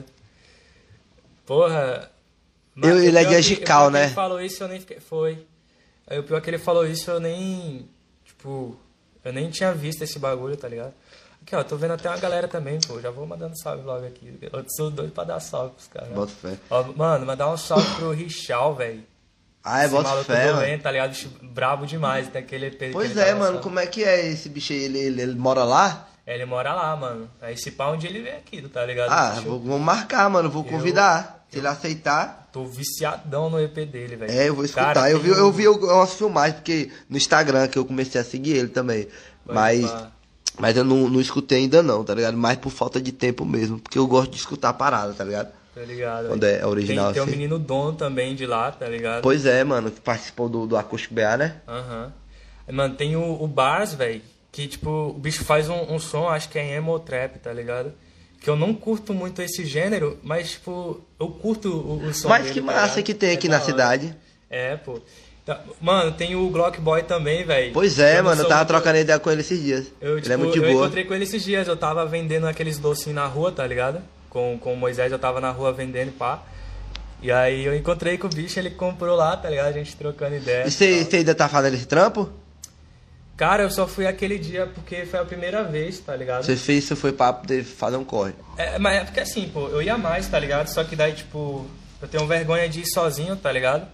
Porra. Eu- Mas ele o é de pior que- Agical, o pior que né? Ele falou isso, eu nem fiquei. Foi. Aí o pior que ele falou isso, eu nem. Tipo. Eu nem tinha visto esse bagulho, tá ligado? Aqui, ó, tô vendo até uma galera também, pô. Já vou mandando salve logo aqui. Eu sou doido pra dar salve pros caras. Bota fé. Ó, mano, mandar um salve pro Richal, velho. Ah, é, Esse bota maluco fé, do mano. Lento, tá ligado? Bicho brabo demais. Tem aquele E P que Pois ele é, tá mano, lançando. como é que é esse bicho aí? Ele, ele, ele mora lá? Ele mora lá, mano. Aí se pá, um dia ele vem aqui, tá ligado? Ah, Bicho, vou, vou marcar, mano, vou convidar. Se ele aceitar, Tô viciadão no E P dele, velho. é, eu vou escutar. Cara, eu, vi, tem eu um- vi umas filmagens, porque no Instagram que eu comecei a seguir ele também. Pode Mas, pá. mas eu não, não escutei ainda não, tá ligado? Mais por falta de tempo mesmo, porque eu gosto de escutar a parada, tá ligado? Tá ligado? Quando velho. é original Tem, tem o assim. menino Dom também de lá, tá ligado? Pois é, mano, que participou do, do Acústico B A, né? Aham. Mano, tem o, o Bars, velho, que tipo, o bicho faz um, um som, acho que é emo trap, tá ligado? Que eu não curto muito esse gênero, mas tipo, eu curto o, o som Mas dele, que tá massa ligado? que tem É aqui da na hora. cidade. É, pô. Tá- Mano, tem o Glock Boy também, velho. Pois é, Eu não mano, eu sou tava muito- trocando ideia com ele esses dias. Eu, ele tipo, é muito de eu boa. encontrei com ele esses dias, eu tava vendendo aqueles docinhos na rua, tá ligado? Com, com o Moisés, eu tava na rua vendendo, pá. E aí eu encontrei com o bicho, ele comprou lá, tá ligado? A gente trocando ideia. E você você ainda tá fazendo esse trampo? Cara, eu só fui aquele dia porque foi a primeira vez, tá ligado? Você fez, você foi pra poder fazer um corre. É, mas é porque assim, pô, eu ia mais, tá ligado? Só que daí, tipo, eu tenho vergonha de ir sozinho, tá ligado?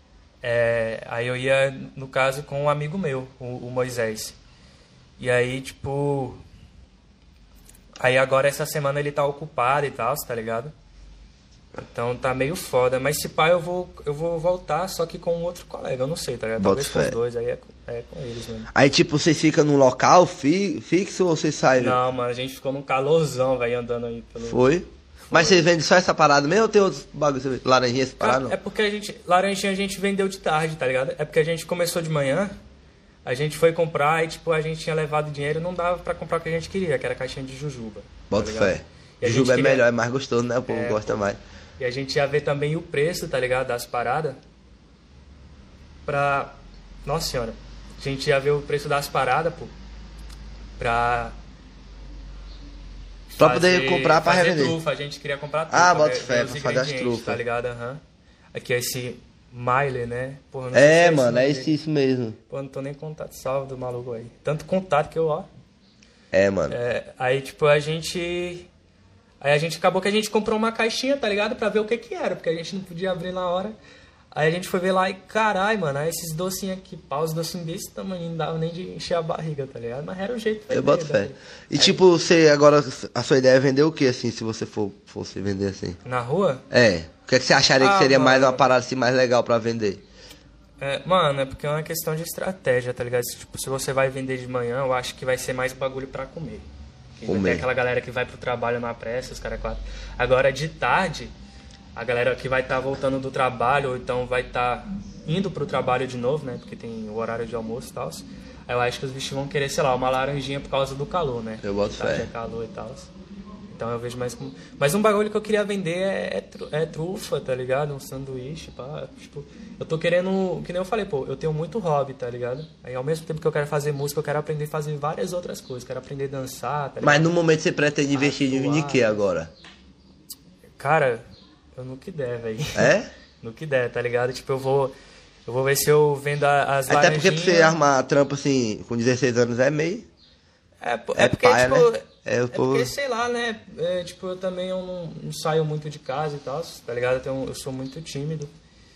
É, aí eu ia, no caso, com um amigo meu, o, o Moisés. E aí, tipo... Aí agora essa semana ele tá ocupado e tal, tá ligado? Então tá meio foda. Mas se pá, eu vou, eu vou voltar, só que com um outro colega, eu não sei, tá ligado? Bota Talvez com os fé. dois, aí é, com- é com eles mesmo. Aí, tipo, vocês ficam num local fi, fixo ou vocês saem? Não, mano, a gente ficou num calorzão, velho, andando aí pelo... Foi? Mas vocês vendem só essa parada mesmo ou tem outros bagulhos? Você vende? Laranjinha, essa parada? Cara, não? é porque a gente. Laranjinha a gente vendeu de tarde, tá ligado? É porque a gente começou de manhã, a gente foi comprar e, tipo, a gente tinha levado dinheiro e não dava pra comprar o que a gente queria, que era caixinha de jujuba. Bota tá ligado? fé. E a Juba gente é queria- melhor, é mais gostoso, né? O povo É, gosta pô. mais. E a gente ia ver também o preço, tá ligado? Das paradas. Pra. Nossa senhora. A gente ia ver o preço das paradas, pô. Pra. Pra poder comprar pra fazer revender. trufa, a gente queria comprar trufa. Ah, bota ver- fé, ver os pra fazer as ingredientes, trufas. Tá ligado? Aham. Aqui é esse Miley, né? Porra, não sei É, se mano, esse é nome isso, dele. isso mesmo. Pô, não tô nem com contato salvo do maluco aí. Tanto contato que eu, ó. É, mano. É, aí, tipo, a gente. Aí a gente acabou que a gente comprou uma caixinha, tá ligado? Pra ver o que que era, porque a gente não podia abrir na hora. Aí a gente foi ver lá e, carai, mano, aí esses docinhos aqui, pá, os docinhos desse tamanho, não dava nem de encher a barriga, tá ligado? Mas era o jeito. Eu boto fé. E tipo, você agora, a sua ideia é vender o que, assim, se você for, fosse vender assim? Na rua? É. O que, é que você acharia Ah, que seria mais mano. uma parada assim mais legal pra vender? É, mano, é porque é uma questão de estratégia, tá ligado? Se, tipo, se você vai vender de manhã, eu acho que vai ser mais bagulho pra comer. Que vai Comer. ter aquela galera que vai pro trabalho na pressa, os caras quatro. Agora, de tarde, a galera que vai estar voltando do trabalho, ou então vai estar indo pro trabalho de novo, né? Porque tem o horário de almoço e tal. Aí eu acho que os bichos vão querer, sei lá, uma laranjinha por causa do calor, né? Eu boto De tarde fé. é calor e tal. Então eu vejo mais como... Mas um bagulho que eu queria vender é, é, tru- é trufa, tá ligado? Um sanduíche, pá. Tipo, eu tô querendo... Que nem eu falei, pô, eu tenho muito hobby, tá ligado? Aí ao mesmo tempo que eu quero fazer música, eu quero aprender a fazer várias outras coisas. Quero aprender a dançar, tá ligado? Mas no momento você pretende investir em Atuar. de que agora? Cara, eu no que der, velho. É? No que der, tá ligado? Tipo, eu vou... Eu vou ver se eu vendo a- as Até porque pra você laranjinhas. armar trampa assim, com dezesseis anos é meio... É, pô- É é porque, paia, tipo... né? É, É, o povo- porque, sei lá, né? É, tipo, eu também eu não, não saio muito de casa e tal, tá ligado? Eu, tenho- eu sou muito tímido.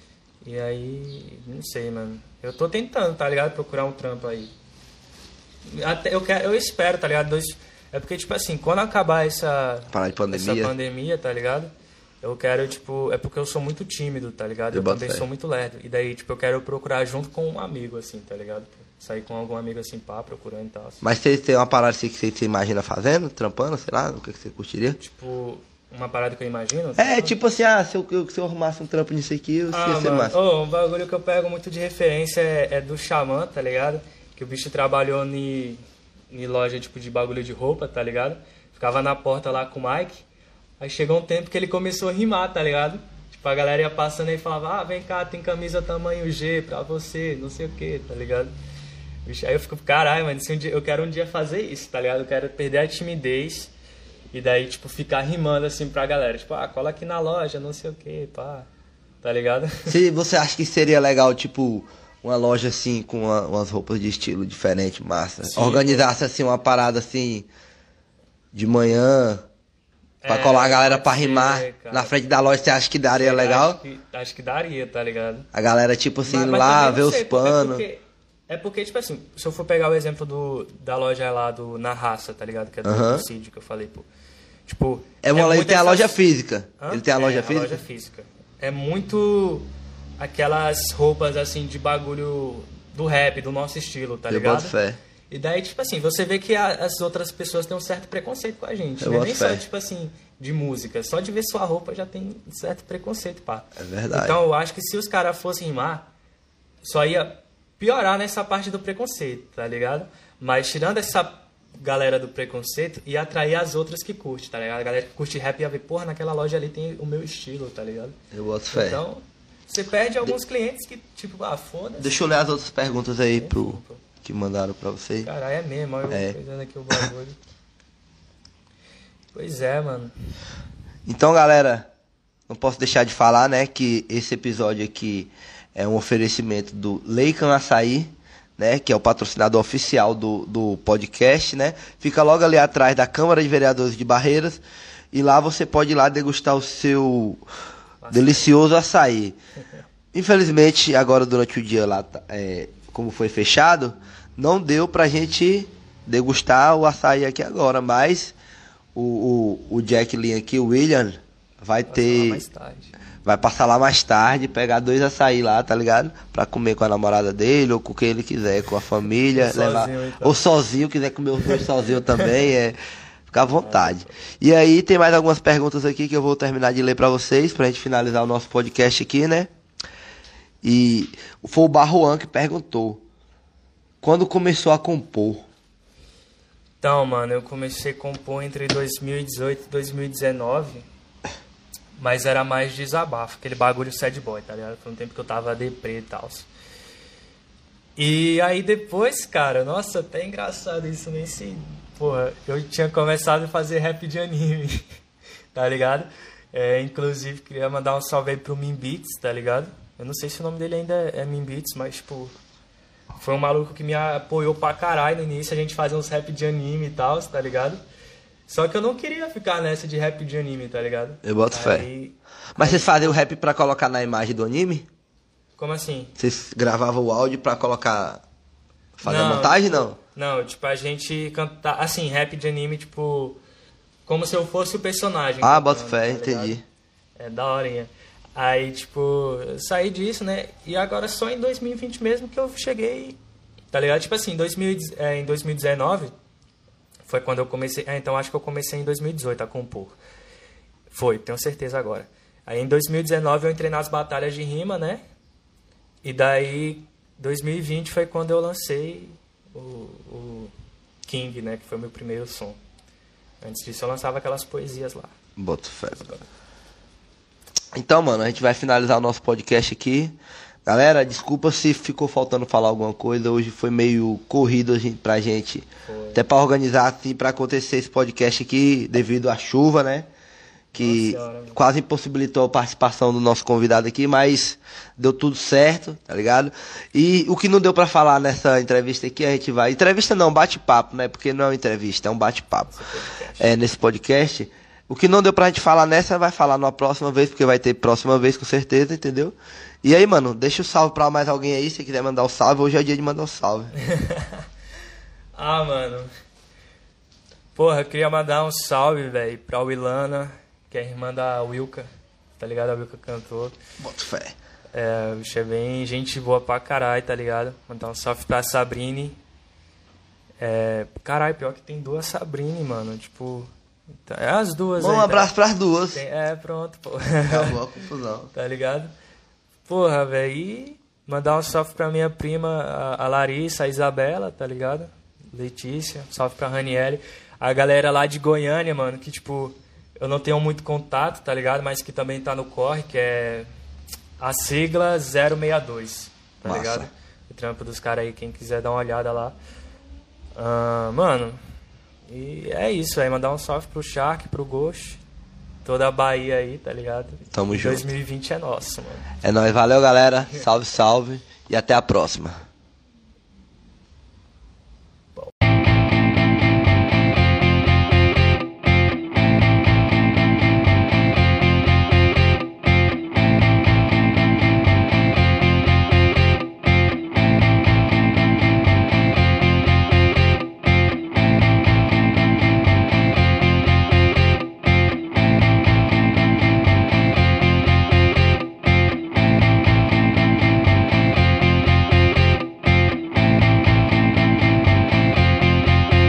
E aí, não sei, mano. Eu tô tentando, tá ligado? Procurar um trampo aí. Até eu, quero, eu espero, tá ligado? Dois, é porque, tipo assim, quando acabar essa, Parar de pandemia. essa pandemia, tá ligado? Eu quero, tipo... É porque eu sou muito tímido, tá ligado? Eu, Eu boto também fé. sou muito lerdo. E daí, tipo, eu quero procurar junto com um amigo, assim, tá ligado? Sair com algum amigo, assim, pá, procurando e tal. Assim. Mas você tem uma parada assim que você se imagina fazendo, trampando, sei lá, o que que você curtiria? Tipo, uma parada que eu imagino. tá É, ligado? tipo assim, ah, se eu, eu- se eu arrumasse um trampo nisso aqui, eu Ah, ia ser mano, massa. oh, um bagulho que eu pego muito de referência é, é do Xamã, tá ligado? Que o bicho trabalhou em loja tipo de bagulho de roupa, tá ligado? Ficava na porta lá com o Mike. Aí chegou um tempo que ele começou a rimar, tá ligado? Tipo, a galera ia passando e falava, ah, vem cá, tem camisa tamanho G pra você, não sei o que, tá ligado? Bicho, aí eu fico, caralho, mano, se um dia, eu quero um dia fazer isso, tá ligado? Eu quero perder a timidez e daí, tipo, ficar rimando assim pra galera. Tipo, ah, cola aqui na loja, não sei o que, pá, tá ligado? Se você acha que seria legal, tipo, uma loja assim, com uma- umas roupas de estilo diferente, massa. Sim, Organizasse assim uma parada assim de manhã, pra É, colar a galera pode pra ser, rimar cara. na frente da loja, você acha que daria legal? Acho que, acho que daria, tá ligado? A galera, tipo assim, Mas- indo mas lá, também não ver os sei, panos. É porque, é porque, tipo assim, se eu for pegar o exemplo do, da loja lá do Na Raça, tá ligado? Que é do, Aham. do Cid, que eu falei, pô. Tipo... É uma, ele muito tem a essas- loja física. Hã? Ele tem a loja é, física? a loja física. É muito aquelas roupas, assim, de bagulho do rap, do nosso estilo, tá Eu ligado? boto fé. E daí, tipo assim, você vê que a- as outras pessoas têm um certo preconceito com a gente, Eu né? boto Nem fé. só, tipo assim, de música. Só de ver sua roupa já tem um certo preconceito, pá. É verdade. Então, eu acho que se os caras fossem rimar, só ia piorar nessa parte do preconceito, tá ligado? Mas tirando essa galera do preconceito, ia atrair as outras que curte, tá ligado? A galera que curte rap ia ver, porra, naquela loja ali tem o meu estilo, tá ligado? Eu boto fé. Então, você perde alguns clientes que, tipo, ah, foda-se. Deixa eu ler as outras perguntas aí Enfim, pro, pô. que mandaram pra você. Caralho, é mesmo, olha eu É. fazendo aqui o bagulho. Pois é, mano. Então, galera, não posso deixar de falar, né, que esse episódio aqui é um oferecimento do Leican Açaí, né, que é o patrocinador oficial do, do podcast, né? Fica logo ali atrás da Câmara de Vereadores de Barreiras e lá você pode ir lá degustar o seu Açaí. delicioso açaí. Infelizmente, agora durante o dia lá, tá, é, como foi fechado, não deu pra gente degustar o açaí aqui agora, mas o, o, o Jack Lee aqui, o William, vai Vai falar ter... mais tarde. Vai passar lá mais tarde, pegar dois açaí lá, tá ligado? Pra comer com a namorada dele, ou com quem ele quiser, com a família. Sozinho, levar... então. Ou sozinho, quiser comer os dois sozinho também, é... Fica à vontade. E aí, tem mais algumas perguntas aqui que eu vou terminar de ler pra vocês, pra gente finalizar o nosso podcast aqui, né? E foi o Barruan que perguntou. Quando começou a compor? Então, mano, eu comecei a compor entre dois mil e dezoito e dois mil e dezenove, mas era mais desabafo, aquele bagulho sad boy, tá ligado? Foi um tempo que eu tava deprê e tal. E aí depois, cara, nossa, até engraçado isso, nem sei. Porra, eu tinha começado a fazer rap de anime, tá ligado? É, inclusive, queria mandar um salve aí pro Minbeats, tá ligado? Eu não sei se o nome dele ainda é Minbeats, mas, tipo, foi um maluco que me apoiou pra caralho no início, a gente fazia uns rap de anime e tal, tá ligado? Só que eu não queria ficar nessa de rap de anime, tá ligado? Eu boto fé. Aí- Mas aí- vocês faziam o rap pra colocar na imagem do anime? Como assim? Vocês gravavam o áudio pra colocar... Fazer a Não, montagem, tipo, não? Não, tipo, a gente canta, assim, rap de anime, tipo, como se eu fosse o personagem. Ah, cantando, boto fé, tá ligado? entendi. É da horinha. Aí, tipo, eu saí disso, né? E agora só em dois mil e vinte mesmo que eu cheguei, tá ligado? Tipo assim, em, dois mil, é, em dois mil e dezenove foi quando eu comecei... É, então acho que eu comecei em dois mil e dezoito a compor. Foi, tenho certeza agora. Aí em dois mil e dezenove eu entrei nas batalhas de rima, né? E daí, dois mil e vinte foi quando eu lancei o, o King, né? Que foi o meu primeiro som. Antes disso eu lançava aquelas poesias lá. Boto fé. Então, mano, a gente vai finalizar o nosso podcast aqui. Galera, desculpa se ficou faltando falar alguma coisa. Hoje foi meio corrido a gente, pra gente. Foi. Até pra organizar, assim, pra acontecer esse podcast aqui, devido à chuva, né? Que Nossa senhora. quase impossibilitou a participação do nosso convidado aqui, mas deu tudo certo, tá ligado? E o que não deu pra falar nessa entrevista aqui, a gente vai... Entrevista não, bate-papo, né? Porque não é uma entrevista, é um bate-papo. Esse podcast. É, nesse podcast, O que não deu pra gente falar nessa, vai falar numa próxima vez, porque vai ter próxima vez com certeza, entendeu? E aí, mano, deixa o salve pra mais alguém aí, se quiser mandar o salve, hoje é dia de mandar o salve. Ah, mano. Porra, eu queria mandar um salve, velho, pra Wilana, que é a irmã da Wilka, tá ligado? A Wilka cantou. Boto fé. É, o bicho é bem gente boa pra caralho, tá ligado? Mandar um salve pra Sabrine. É, caralho, pior que tem duas Sabrine, mano, tipo... É as duas Um aí, abraço tá? pras duas. Tem, é, pronto, pô. Acabou a confusão. Tá ligado? Porra, velho, e mandar um salve pra minha prima, a, a Larissa, a Isabela, tá ligado? Letícia, salve pra Raniele. A galera lá de Goiânia, mano, que, tipo, eu não tenho muito contato, tá ligado? Mas que também tá no corre, que é a sigla zero seis dois, tá Massa. ligado? O trampo dos caras aí, quem quiser dar uma olhada lá. Ah, mano, e é isso aí, mandar um salve pro Shark, pro Ghost, toda a Bahia aí, tá ligado? Tamo junto. dois mil e vinte é nosso, mano. É nóis, valeu galera, salve, salve e até a próxima.